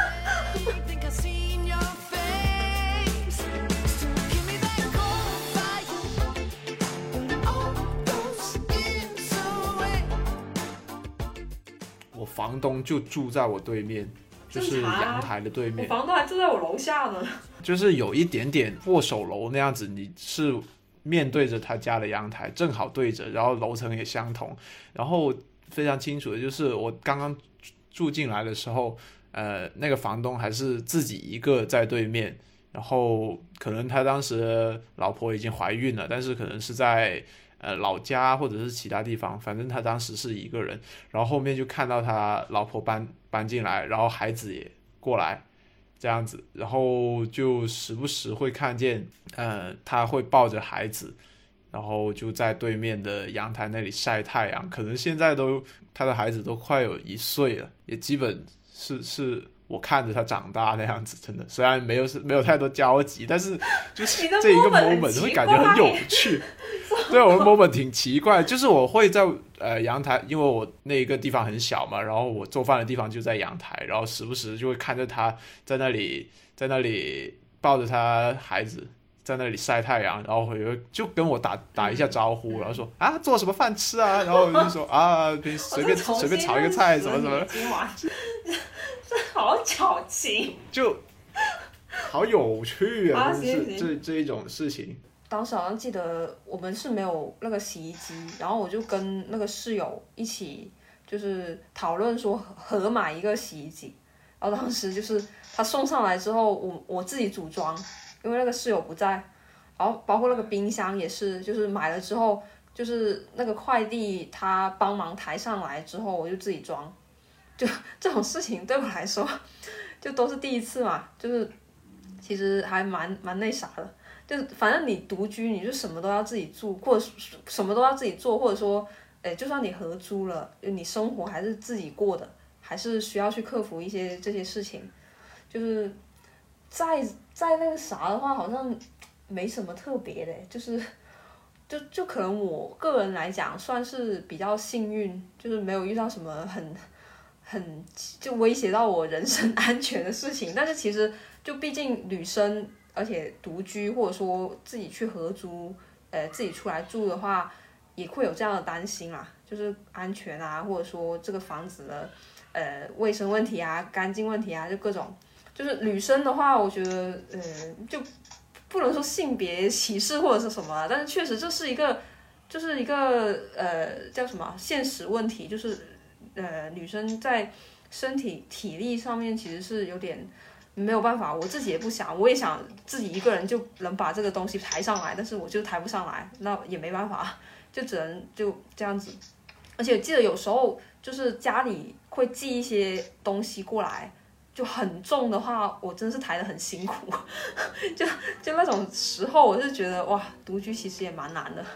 我房东就住在我对面，就是阳台的对面。 我房东还住在我楼下呢。 就是有一点点握手楼那样子，你是面对着他家的阳台，正好对着，然后楼层也相同。然后非常清楚的就是我刚刚住进来的时候，呃，那个房东还是自己一个在对面，然后可能他当时老婆已经怀孕了，但是可能是在。呃，老家或者是其他地方，反正他当时是一个人，然后后面就看到他老婆搬搬进来，然后孩子也过来，这样子，然后就时不时会看见，呃，他会抱着孩子，然后就在对面的阳台那里晒太阳，可能现在都他的孩子都快有一岁了，也基本是是我看着他长大那样子，真的，虽然没有没有太多交集，但是就是这一个 moment 会感觉很有趣。对，我的 moment 挺奇怪，就是我会在呃阳台，因为我那一个地方很小嘛，然后我做饭的地方就在阳台，然后时不时就会看着他在那里在那里抱着他孩子在那里晒太阳，然后会就跟我打打一下招呼，然后说啊做什么饭吃啊，然后我就说啊随便随便炒一个菜什么什么， 今晚这好矫情， 就好有趣啊， 啊真是这这一种事情。 当时好像记得我们是没有那个洗衣机，然后我就跟那个室友一起就是讨论说合买一个洗衣机，然后当时就是他送上来之后，我我自己组装，因为那个室友不在，然后包括那个冰箱也是，就是买了之后，就是那个快递他帮忙抬上来之后，我就自己装，就这种事情对我来说就都是第一次嘛，就是其实还蛮蛮那啥的。就反正你独居，你就什么都要自己住，或者什么都要自己做，或者说，哎，就算你合租了，你生活还是自己过的，还是需要去克服一些这些事情。就是在在那个啥的话，好像没什么特别的，就是就就可能我个人来讲算是比较幸运，就是没有遇到什么很很就威胁到我人身安全的事情。但是其实就毕竟女生。而且独居或者说自己去合租，呃，自己出来住的话，也会有这样的担心啦，就是安全啊，或者说这个房子的呃卫生问题啊、干净问题啊，就各种。就是女生的话，我觉得呃就不能说性别歧视或者是什么，但是确实这是一个就是一个呃叫什么现实问题，就是呃女生在身体体力上面其实是有点。 没有办法，我自己也不想，我也想自己一个人就能把这个东西抬上来，但是我就抬不上来，那也没办法，就只能就这样子。而且记得有时候就是家里会寄一些东西过来，就很重的话，我真是抬得很辛苦。就就那种时候，我是觉得哇，独居其实也蛮难的。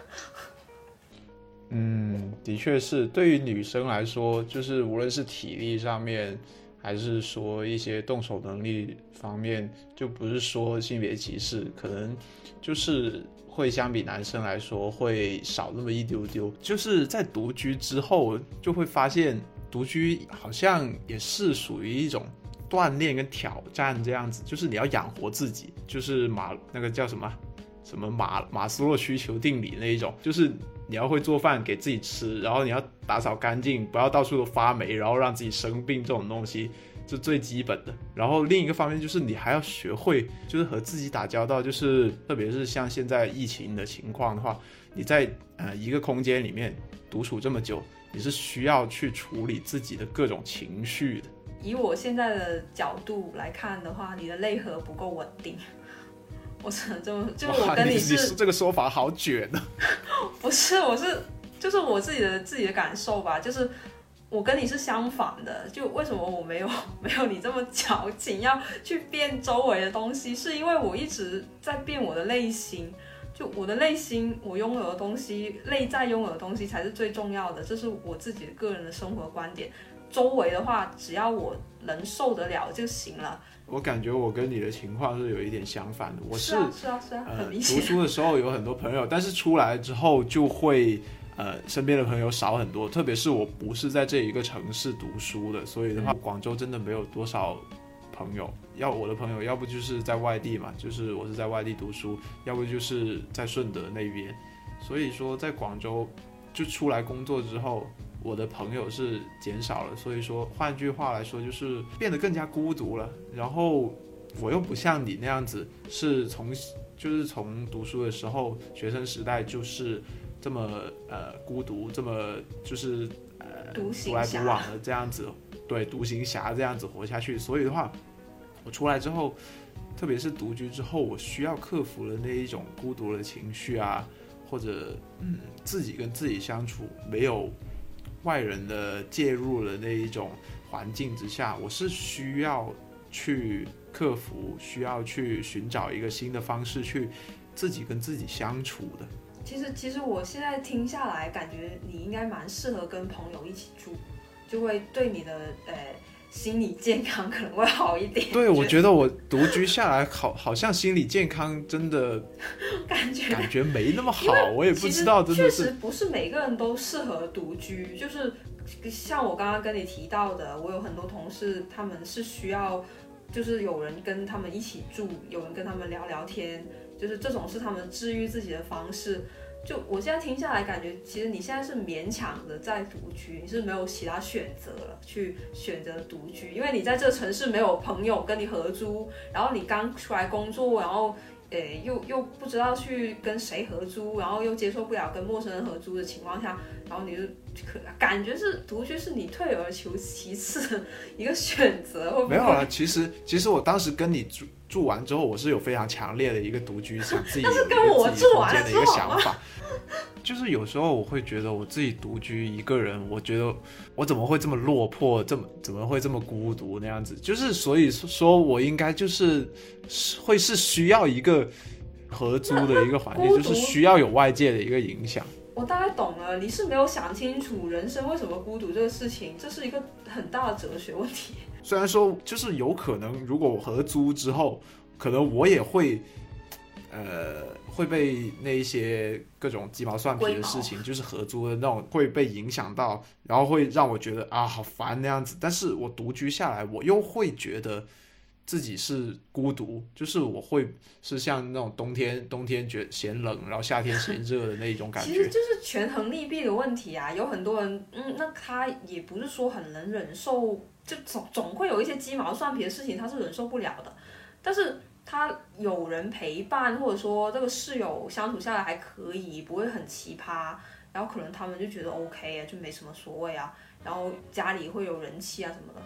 嗯，的确是，对于女生来说，就是无论是体力上面，还是说一些动手能力方面，就不是说性别歧视，可能就是会相比男生来说会少那么一丢丢。就是在独居之后，就会发现独居好像也是属于一种锻炼跟挑战这样子，就是你要养活自己，就是马那个叫什么什么马马斯洛需求定理那一种，就是你要会做饭给自己吃，然后你要打扫干净，不要到处都发霉，然后让自己生病，这种东西是最基本的。然后另一个方面就是你还要学会就是和自己打交道，就是特别是像现在疫情的情况的话，你在呃一个空间里面独处这么久，你是需要去处理自己的各种情绪的。 以我现在的角度来看的话，你的内核不够稳定。我只能这么，就是我跟你是， 你这个说法好卷啊！ 不是，我是就是我自己的自己的感受吧，就是我跟你是相反的。就为什么我没有没有你这么矫情，要去变周围的东西，是因为我一直在变我的内心。就我的内心，我拥有的东西，内在拥有的东西才是最重要的，这是我自己个人的生活观点。周围的话，只要我能受得了就行了。 我感觉我跟你的情况是有一点相反的，我是是啊是啊是啊，很明显。 呃，读书的时候有很多朋友，但是出来之后就会呃身边的朋友少很多，特别是我不是在这一个城市读书的，所以的话，嗯、广州真的没有多少朋友。要我的朋友，要不就是在外地嘛，就是我是在外地读书，要不就是在顺德那边。所以说，在广州就出来工作之后，我的朋友是减少了，所以说换句话来说就是变得更加孤独了。然后我又不像你那样子，是从就是从读书的时候，学生时代就是这么呃孤独，这么就是呃独来独往的这样子，对，独行侠这样子活下去。所以的话，我出来之后，特别是独居之后，我需要克服的那一种孤独的情绪啊，或者嗯自己跟自己相处没有外人的介入的那一种环境之下，我是需要去克服，需要去寻找一个新的方式去自己跟自己相处的。 其实，其实我现在听下来，感觉你应该蛮适合跟朋友一起住，就会对你的呃心理健康可能会好一点。 对，我觉得我独居下来好，好像心理健康真的感觉感觉没那么好，我也不知道，真的是确实不是每个人都适合独居，就是像我刚刚跟你提到的，我有很多同事，他们是需要就是有人跟他们一起住，有人跟他们聊聊天，就是这种是他们治愈自己的方式。就我现在听下来，感觉其实你现在是勉强的在独居，你是没有其他选择了，去选择独居，因为你在这个城市没有朋友跟你合租，然后你刚出来工作，然后诶又又不知道去跟谁合租，然后又接受不了跟陌生人合租的情况下，然后你就可感觉是独居是你退而求其次的一个选择，会不会？ 没有啦，其实其实我当时跟你住住完之后，我是有非常强烈的一个独居想自己有一个自己空间的一个想法。就是有时候我会觉得我自己独居一个人，我觉得我怎么会这么落魄，这么怎么会这么孤独那样子？就是所以说我应该就是会是需要一个合租的一个环境，就是需要有外界的一个影响。 我大概懂了，你是没有想清楚人生为什么孤独这个事情，这是一个很大的哲学问题。 虽然说就是有可能，如果我合租之后，可能我也会，呃。会被那一些各种鸡毛蒜皮的事情，就是合租的那种会被影响到，然后会让我觉得啊好烦那样子。但是我独居下来，我又会觉得自己是孤独，就是我会是像那种冬天冬天觉得嫌冷，然后夏天嫌热的那一种感觉。 其实就是权衡利弊的问题啊。有很多人，嗯，那他也不是说很能忍受，就总总会有一些鸡毛蒜皮的事情，他是忍受不了的。但是他有人陪伴，或者说这个室友相处下来还可以，不会很奇葩，然后可能他们就觉得 OK 啊，就没什么所谓啊，然后家里会有人气啊什么的。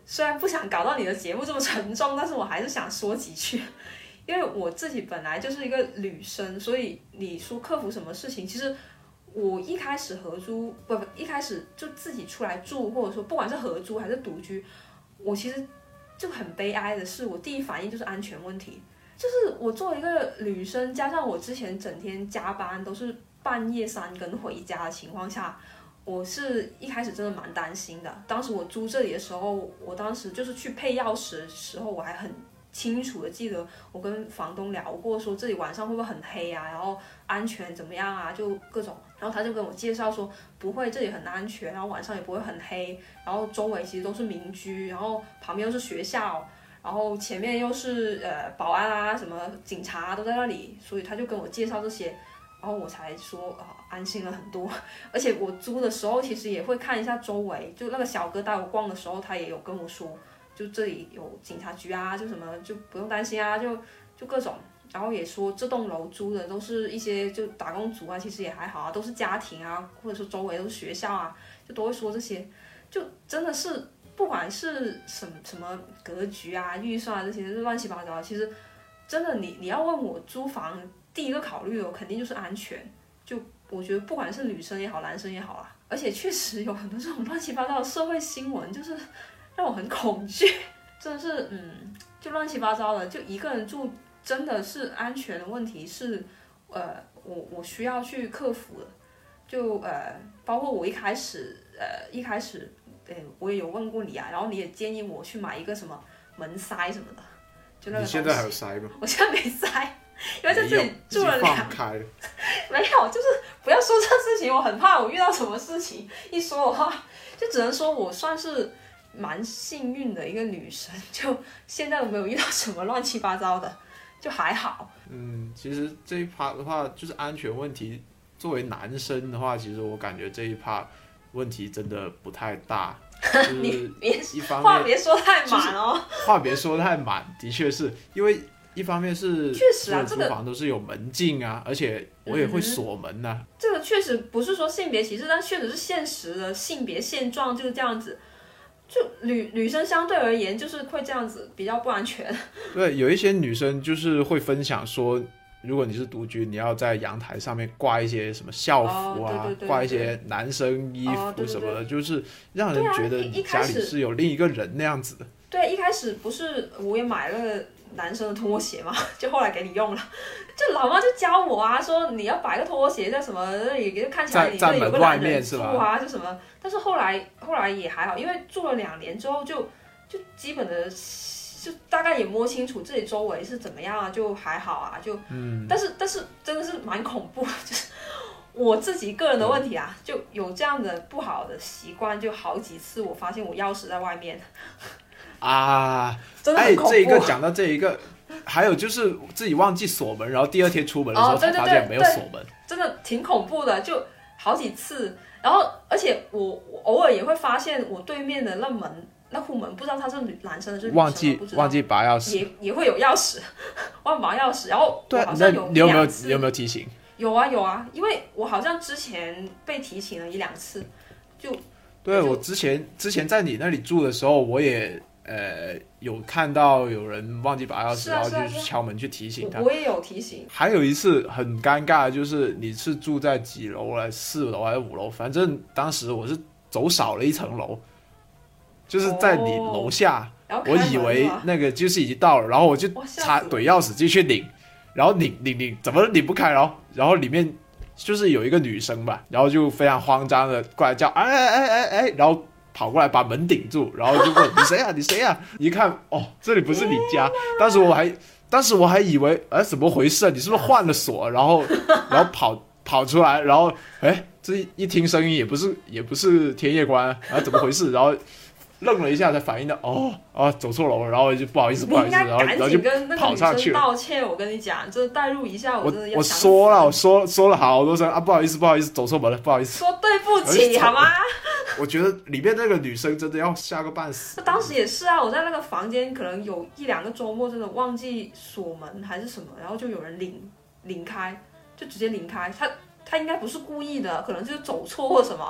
虽然不想搞到你的节目这么沉重，但是我还是想说几句。因为我自己本来就是一个女生，所以你说克服什么事情，其实我一开始合租不不一开始就自己出来住，或者说不管是合租还是独居，我其实就很悲哀的是，我第一反应就是安全问题。就是我作为一个女生，加上我之前整天加班都是半夜三更回家的情况下，我是一开始真的蛮担心的。当时我租这里的时候，我当时就是去配钥匙的时候，我还很清楚的记得我跟房东聊过，说这里晚上会不会很黑啊，然后安全怎么样啊，就各种。然后他就跟我介绍说不会，这里很安全，然后晚上也不会很黑，然后周围其实都是民居，然后旁边又是学校，然后前面又是呃保安啊什么警察、啊、都在那里，所以他就跟我介绍这些，然后我才说啊、呃、安心了很多。而且我租的时候其实也会看一下周围，就那个小哥带我逛的时候，他也有跟我说。就这里有警察局啊，就什么就不用担心啊，就就各种，然后也说这栋楼租的都是一些就打工族啊，其实也还好啊，都是家庭啊，或者说周围都是学校啊，就都会说这些，就真的是不管是什么什么格局啊、预算啊这些乱七八糟，其实真的你你要问我租房，第一个考虑的肯定就是安全，就我觉得不管是女生也好，男生也好啦，而且确实有很多这种乱七八糟的社会新闻，就是。让我很恐惧，真的是，嗯，就乱七八糟的，就一个人住，真的是安全的问题是，呃，我我需要去克服的，就呃，包括我一开始，呃，一开始，呃，我也有问过你啊，然后你也建议我去买一个什么门塞什么的，就那个。 你现在还有塞吗？ 我现在没塞，因为在这里住了两， 开没有，就是不要说这事情，我很怕我遇到什么事情，一说的话，就只能说我算是。蛮幸运的一个女生，就现在都没有遇到什么乱七八糟的，就还好。 嗯，其实这一趴的话，就是安全问题。作为男生的话，其实我感觉这一趴问题真的不太大。就是一方面话别说太满哦， 就是、话别说太满，的确是因为一方面是确实啊， 租房都是有门禁啊，而且我也会锁门呐、啊嗯。 这个确实不是说性别歧视，但确实是现实的性别现状就是这样子。就女女生相对而言就是会这样子比较不安全。 对，有一些女生就是会分享说，如果你是独居，你要在阳台上面挂一些什么校服啊， 哦、对对对对挂一些男生衣服什么的，哦、对对对就是让人觉得你家里是有另一个人那样子的。 对，一开始不是我也买了男生的拖鞋嘛，就后来给你用了。就老妈就教我啊，说你要摆个拖鞋在什么那里，就看起来你这里有个男人住啊，就什么。但是后来后来也还好，因为住了两年之后就就基本的就大概也摸清楚这里周围是怎么样啊，就还好啊，就嗯。但是但是真的是蛮恐怖，就是我自己个人的问题啊，就有这样的不好的习惯，就好几次我发现我钥匙在外面。 啊， 真的很恐怖。 哎，这一个讲到这一个。还有就是自己忘记锁门，然后第二天出门的时候才发现没有锁门， 哦、真的挺恐怖的，就好几次。然后，而且我我偶尔也会发现我对面的那门那户门，不知道他是男生的是女生的， 忘记忘记拔钥匙， 也也会有钥匙，忘拔钥匙。然后对， 好像有你有没有你有没有提醒？ 有啊有啊，因为我好像之前被提醒了一两次，就对我之前之前在你那里住的时候，我也。呃，有看到有人忘记拔钥匙， 啊、 然后就去敲门去提醒他。 我也有提醒。 还有一次很尴尬的就是你是住在几楼来，四楼还是五楼？反正当时我是走少了一层楼，就是在你楼下， 哦、 我以为那个就是已经到了，然后我就插怼钥匙进去领，然后拧拧拧，怎么拧不开？然后然后里面就是有一个女生吧，然后就非常慌张的过来叫哎哎哎哎哎，然后。跑过来把门顶住，然后就问你谁啊？你谁啊？一看哦，这里不是你家。当时我还，当时我还以为哎怎么回事啊？你是不是换了锁？然后，然后跑跑出来，然后哎这一听声音也不是也不是天夜观，然后怎么回事？然后愣了一下才反应到哦啊走错楼，然后就不好意思不好意思，然后然后就跑上去了。 道歉，我跟你讲，这代入一下，我真的要我说了，我说说了好多声啊，不好意思不好意思，走错门了，不好意思。 说对不起好吗？ 我觉得里面那个女生真的要吓个半死。 当时也是啊，我在那个房间可能有一两个周末真的忘记锁门还是什么，然后就有人领领开，就直接领开。他他应该不是故意的，可能就是走错或什么，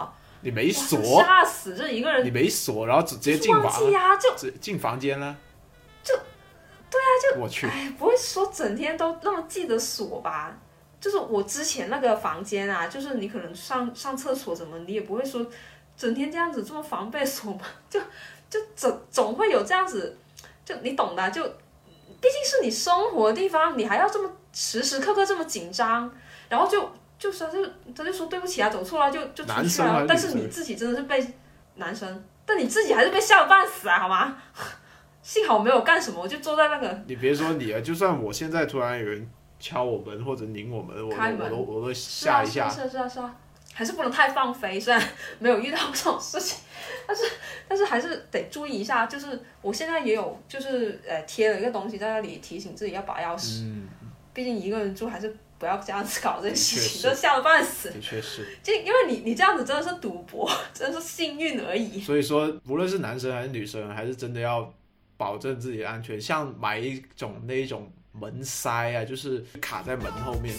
你没锁， 吓死这一个人， 你没锁，然后直接进忘房记啊，就直进房间了， 就对啊，就我去， 哎，不会说整天都那么记得锁吧？就是我之前那个房间啊，就是你可能上上厕所什么，你也不会说整天这样子这么防备锁吧？就就总总会有这样子，就你懂的，就毕竟是你生活的地方，你还要这么时时刻刻这么紧张，然后就就是他就他就说对不起啊，走错了就就出去了，但是你自己真的是被男生，但你自己还是被吓得半死啊，好吗？幸好我没有干什么，我就坐在那个。 你别说你啊，就算我现在突然有人敲我门或者拧我门，我都开门我都我都吓一下。 是啊是啊是啊是啊，还是不能太放飞。虽然没有遇到这种事情，但是但是还是得注意一下。就是我现在也有就是呃贴了一个东西在那里提醒自己要把钥匙。 嗯， 毕竟一个人住还是不要这样子搞这些事情， 的都吓得半死。 的确是。 就因为你你这样子真的是赌博，真的是幸运而已。 所以说，无论是男生还是女生，还是真的要保证自己的安全。像买一种那一种门塞啊，就是卡在门后面。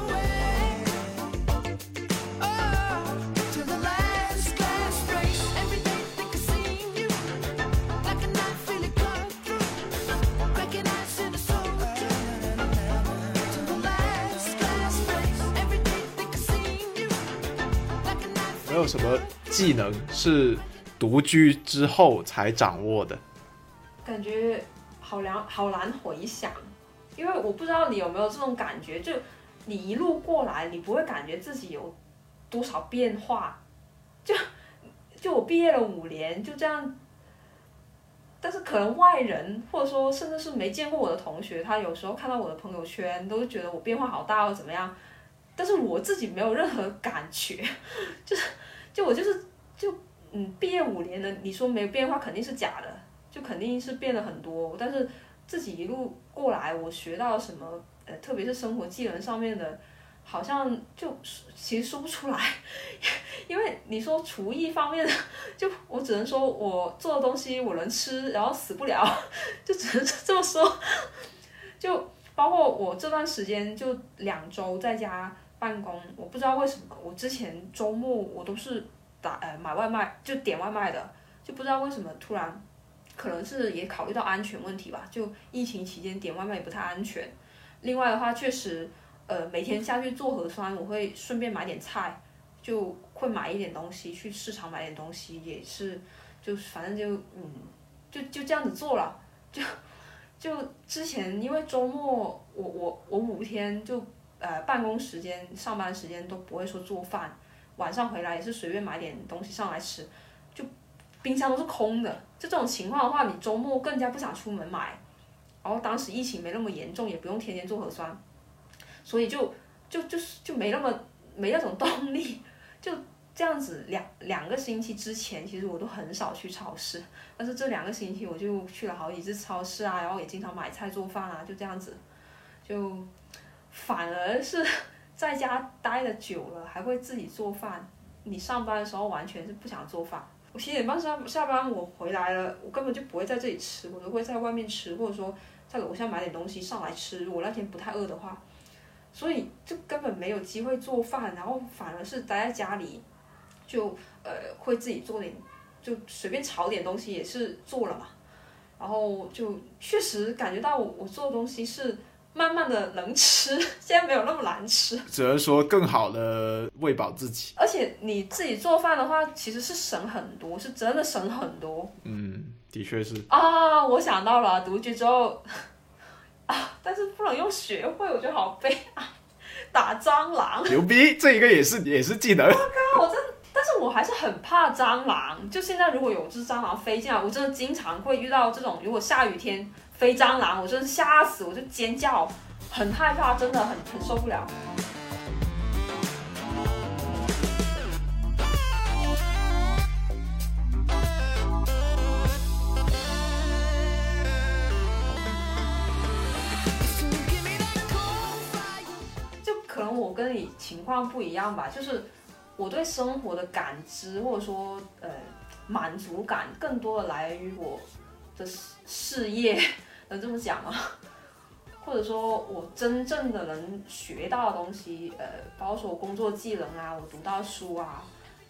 没有什么技能是独居之后才掌握的？ 感觉好难好难回想，因为我不知道你有没有这种感觉，就你一路过来，你不会感觉自己有多少变化，就就我毕业了五年，就这样。但是可能外人或者说甚至是没见过我的同学，他有时候看到我的朋友圈，都会觉得我变化好大或怎么样，但是我自己没有任何感觉，就是就我就是就嗯，毕业五年了，你说没有变化肯定是假的。就肯定是变了很多，但是自己一路过来，我学到什么，呃，特别是生活技能上面的，好像就其实说不出来，因为你说厨艺方面的，就我只能说我做的东西我能吃，然后死不了，就只能这么说。就包括我这段时间就两周在家办公，我不知道为什么，我之前周末我都是打呃买外卖，就点外卖的，就不知道为什么突然。可能是也考虑到安全问题吧，就疫情期间点外卖也不太安全。另外的话，确实，呃，每天下去做核酸，我会顺便买点菜，就会买一点东西，去市场买点东西，也是，就反正就嗯，就就这样子做了。就就之前因为周末我我我五天就呃办公时间、上班时间都不会说做饭，晚上回来也是随便买点东西上来吃，就。冰箱都是空的，就这种情况的话，你周末更加不想出门买。然后当时疫情没那么严重，也不用天天做核酸，所以就就就是就没那么没那种动力。就这样子两两个星期之前，其实我都很少去超市，但是这两个星期我就去了好几次超市啊，然后也经常买菜做饭啊，就这样子，就反而是在家待的久了，还会自己做饭。你上班的时候完全是不想做饭。我七点半下下班，我回来了，我根本就不会在这里吃，我都会在外面吃，或者说在楼下买点东西上来吃。我那天不太饿的话，所以就根本没有机会做饭，然后反而是待在家里，就呃会自己做点，就随便炒点东西也是做了嘛。然后就确实感觉到我我做的东西是慢慢的能吃，现在没有那么难吃， 只能说更好的喂饱自己。 而且你自己做饭的话，其实是省很多，是真的省很多。 嗯，的确是。 啊，我想到了，独居之后啊，但是不能用学会，我觉得好悲哀。打蟑螂， 牛逼，这一个也是也是技能。 我真，但是我还是很怕蟑螂。就现在如果有只蟑螂飞进来，我真的经常会遇到这种，如果下雨天。飞蟑螂，我真的吓死，我就尖叫，很害怕，真的很很受不了。就可能我跟你情况不一样吧，就是我对生活的感知或者说呃满足感，更多的来源于我的事业。能这么讲吗？或者说我真正的能学到的东西，呃，包括说我工作技能啊，我读到书啊，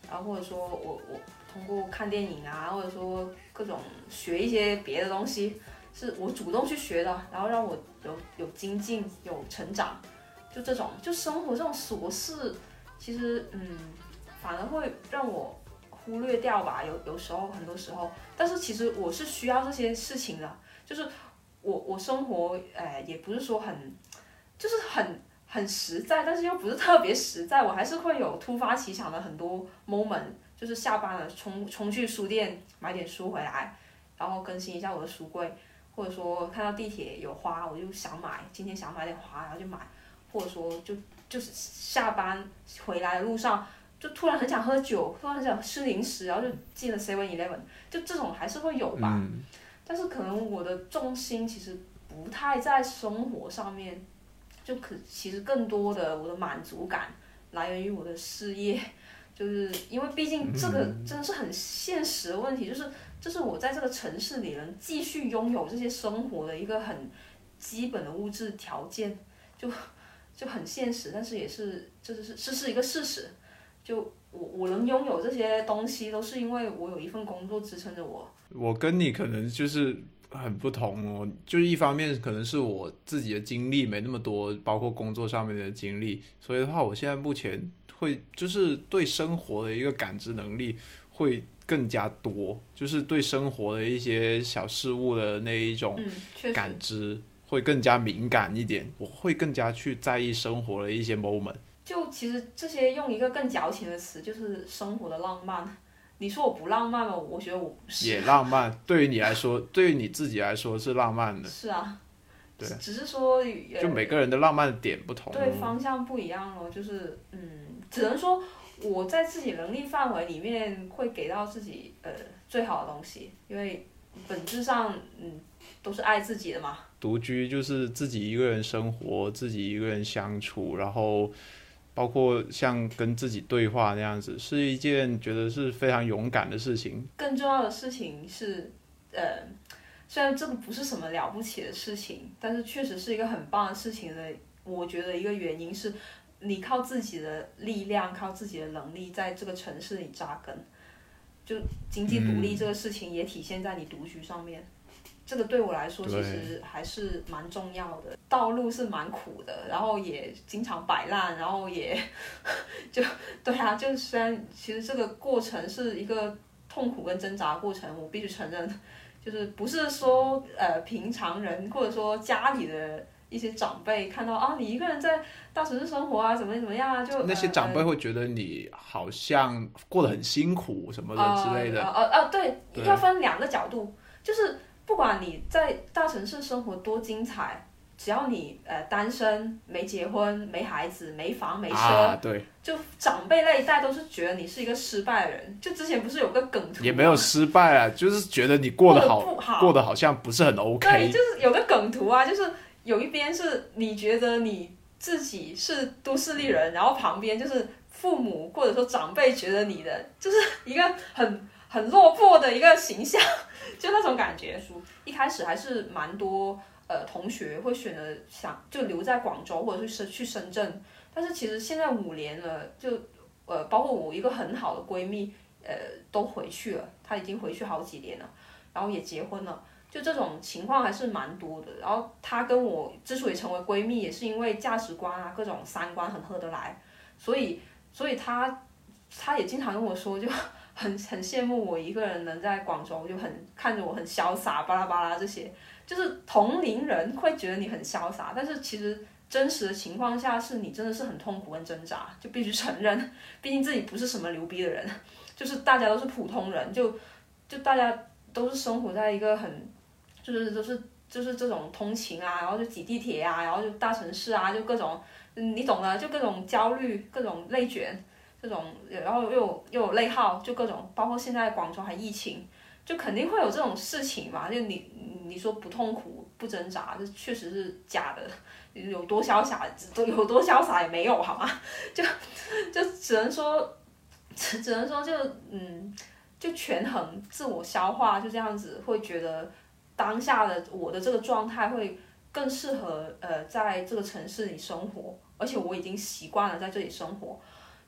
然后或者说我我通过看电影啊，或者说各种学一些别的东西，是我主动去学的，然后让我有有精进有成长，就这种就生活这种琐事，其实嗯反而会让我忽略掉吧，有有时候很多时候，但是其实我是需要这些事情的，就是我我生活哎也不是说很就是很很实在，但是又不是特别实在，我还是会有突发奇想的很多 moment， 就是下班了冲冲去书店买点书回来，然后更新一下我的书柜，或者说看到地铁有花我就想买，今天想买点花然后就买，或者说就就是下班回来的路上就突然很想喝酒，突然很想吃零食，然后就进了 seven eleven， 就这种还是会有吧、 嗯、 但是可能我的重心其实不太在生活上面，就可其实更多的我的满足感来源于我的事业，就是因为毕竟这个真的是很现实的问题，就是这是我在这个城市里能继续拥有这些生活的一个很基本的物质条件，就就很现实，但是也是这是这是一个事实。就我我能拥有这些东西，都是因为我有一份工作支撑着我。 我跟你可能就是很不同哦，就是一方面可能是我自己的经历没那么多，包括工作上面的经历，所以的话，我现在目前会就是对生活的一个感知能力会更加多，就是对生活的一些小事物的那一种感知会更加敏感一点，我会更加去在意生活的一些 moment。 就其实这些用一个更矫情的词，就是生活的浪漫。你说我不浪漫吗？我觉得我不是。 也浪漫，对于你来说，对于你自己来说是浪漫的。 是啊， 对， 只是说就每个人的浪漫的点不同， 对，方向不一样咯。就是嗯，只能说我在自己能力范围里面会给到自己呃最好的东西，因为本质上嗯都是爱自己的嘛。 独居就是自己一个人生活，自己一个人相处，然后包括像跟自己对话那样子，是一件觉得是非常勇敢的事情。 更重要的事情是，呃，虽然这个不是什么了不起的事情，但是确实是一个很棒的事情的。我觉得一个原因是，你靠自己的力量，靠自己的能力，在这个城市里扎根。就经济独立这个事情也体现在你独居上面。嗯，这个对我来说其实还是蛮重要的，道路是蛮苦的，然后也经常摆烂，然后也就对啊，就虽然其实这个过程是一个痛苦跟挣扎的过程，我必须承认，就是不是说呃平常人或者说家里的一些长辈看到啊你一个人在大城市生活啊怎么怎么样啊，就那些长辈会觉得你好像过得很辛苦什么的之类的。 呃呃呃对，要分两个角度，就是不管你在大城市生活多精彩，只要你呃单身、没结婚、没孩子、没房没车， 啊，对， 就长辈那一代都是觉得你是一个失败的人。就之前不是有个梗图吗？ 也没有失败啊，就是觉得你过得好， 过得不好， 过得好像不是很 OK。 对，就是有个梗图啊，就是有一边是你觉得你自己是都市丽人，然后旁边就是父母或者说长辈觉得你的就是一个很很落魄的一个形象。就那种感觉，一开始还是蛮多呃同学会选择想就留在广州或者是去深圳，但是其实现在五年了，就呃包括我一个很好的闺蜜，呃都回去了，她已经回去好几年了，然后也结婚了，就这种情况还是蛮多的。然后她跟我之所以成为闺蜜，也是因为价值观啊各种三观很合得来，所以所以她她也经常跟我说就。很很羡慕我一个人能在广州，就很看着我很潇洒，巴拉巴拉这些，就是同龄人会觉得你很潇洒，但是其实真实的情况下是你真的是很痛苦跟挣扎，就必须承认，毕竟自己不是什么牛逼的人，就是大家都是普通人，就就大家都是生活在一个很，就是都是就是这种通勤啊，然后就挤地铁啊，然后就大城市啊，就各种你懂的，就各种焦虑，各种内卷。这种，然后又有又有内耗，就各种，包括现在广州还疫情，就肯定会有这种事情嘛。就你你说不痛苦不挣扎，这确实是假的。有多潇洒，都有多潇洒也没有好吗？就就只能说，只只能说就嗯，就权衡自我消化，就这样子，会觉得当下的我的这个状态会更适合呃在这个城市里生活，而且我已经习惯了在这里生活。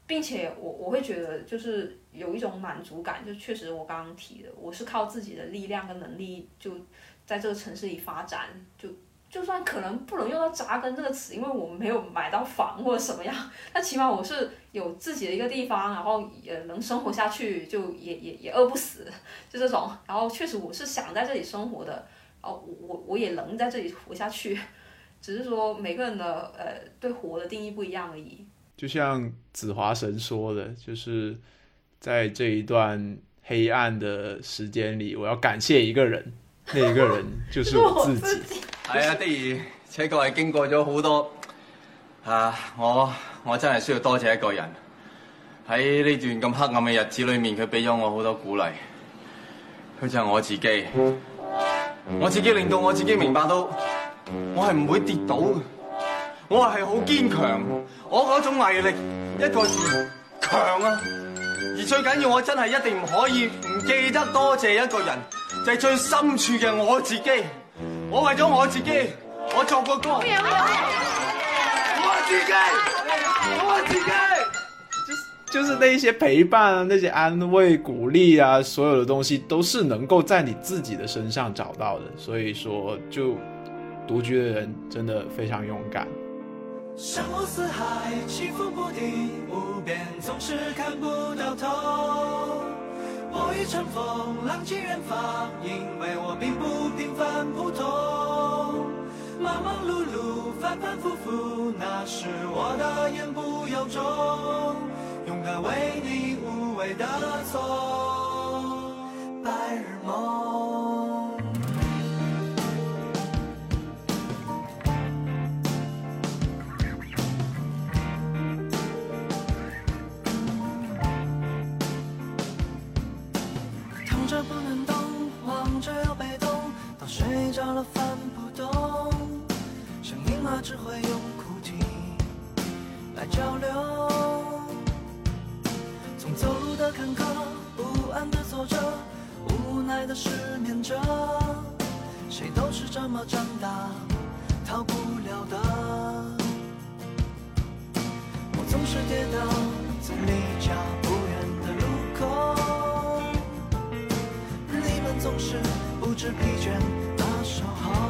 并且我我会觉得就是有一种满足感，就确实我刚刚提的，我是靠自己的力量跟能力就在这个城市里发展，就就算可能不能用到扎根这个词，因为我没有买到房或者什么样，但起码我是有自己的一个地方，然后也能生活下去，就也也也饿不死，就这种。然后确实我是想在这里生活的，然后我我我也能在这里活下去，只是说每个人的呃对活的定义不一样而已。 就像子华神说的，就是在这一段黑暗的時間裡，我要感謝一個人，那一個人就是我自己。 係啊，的而且確係經過咗好多啊，我我真係需要多謝一個人喺呢段咁黑暗嘅日子裏面，佢俾咗我好多鼓勵。佢就係我自己，我自己令到我自己明白到，我係唔會跌倒嘅。我係好堅強，我嗰種毅力一個字強啊！而最緊要我真係一定唔可以唔記得多謝一個人，就係最深處嘅我自己。我為咗我自己，我作個歌，我自己，我自己。 就是那些陪伴啊，那些安慰、鼓励啊，所有的东西都是能够在你自己的身上找到的。所以说，就独居的人真的非常勇敢。 山无四海，起伏不定，无边总是看不到头。我欲乘风，浪迹远方，因为我并不平凡普通。忙忙碌碌，反反复复，那是我的言不由衷。勇敢为你无畏的走白日梦。躺着不能动，望着又被动，到睡着了翻不动。像婴儿只会用哭啼来交流。从走路的坎坷，不安的走着，无奈的失眠着。谁都是这么长大，逃不了的。我总是跌倒在离家不远的路口，你们总是不知疲倦，把守好。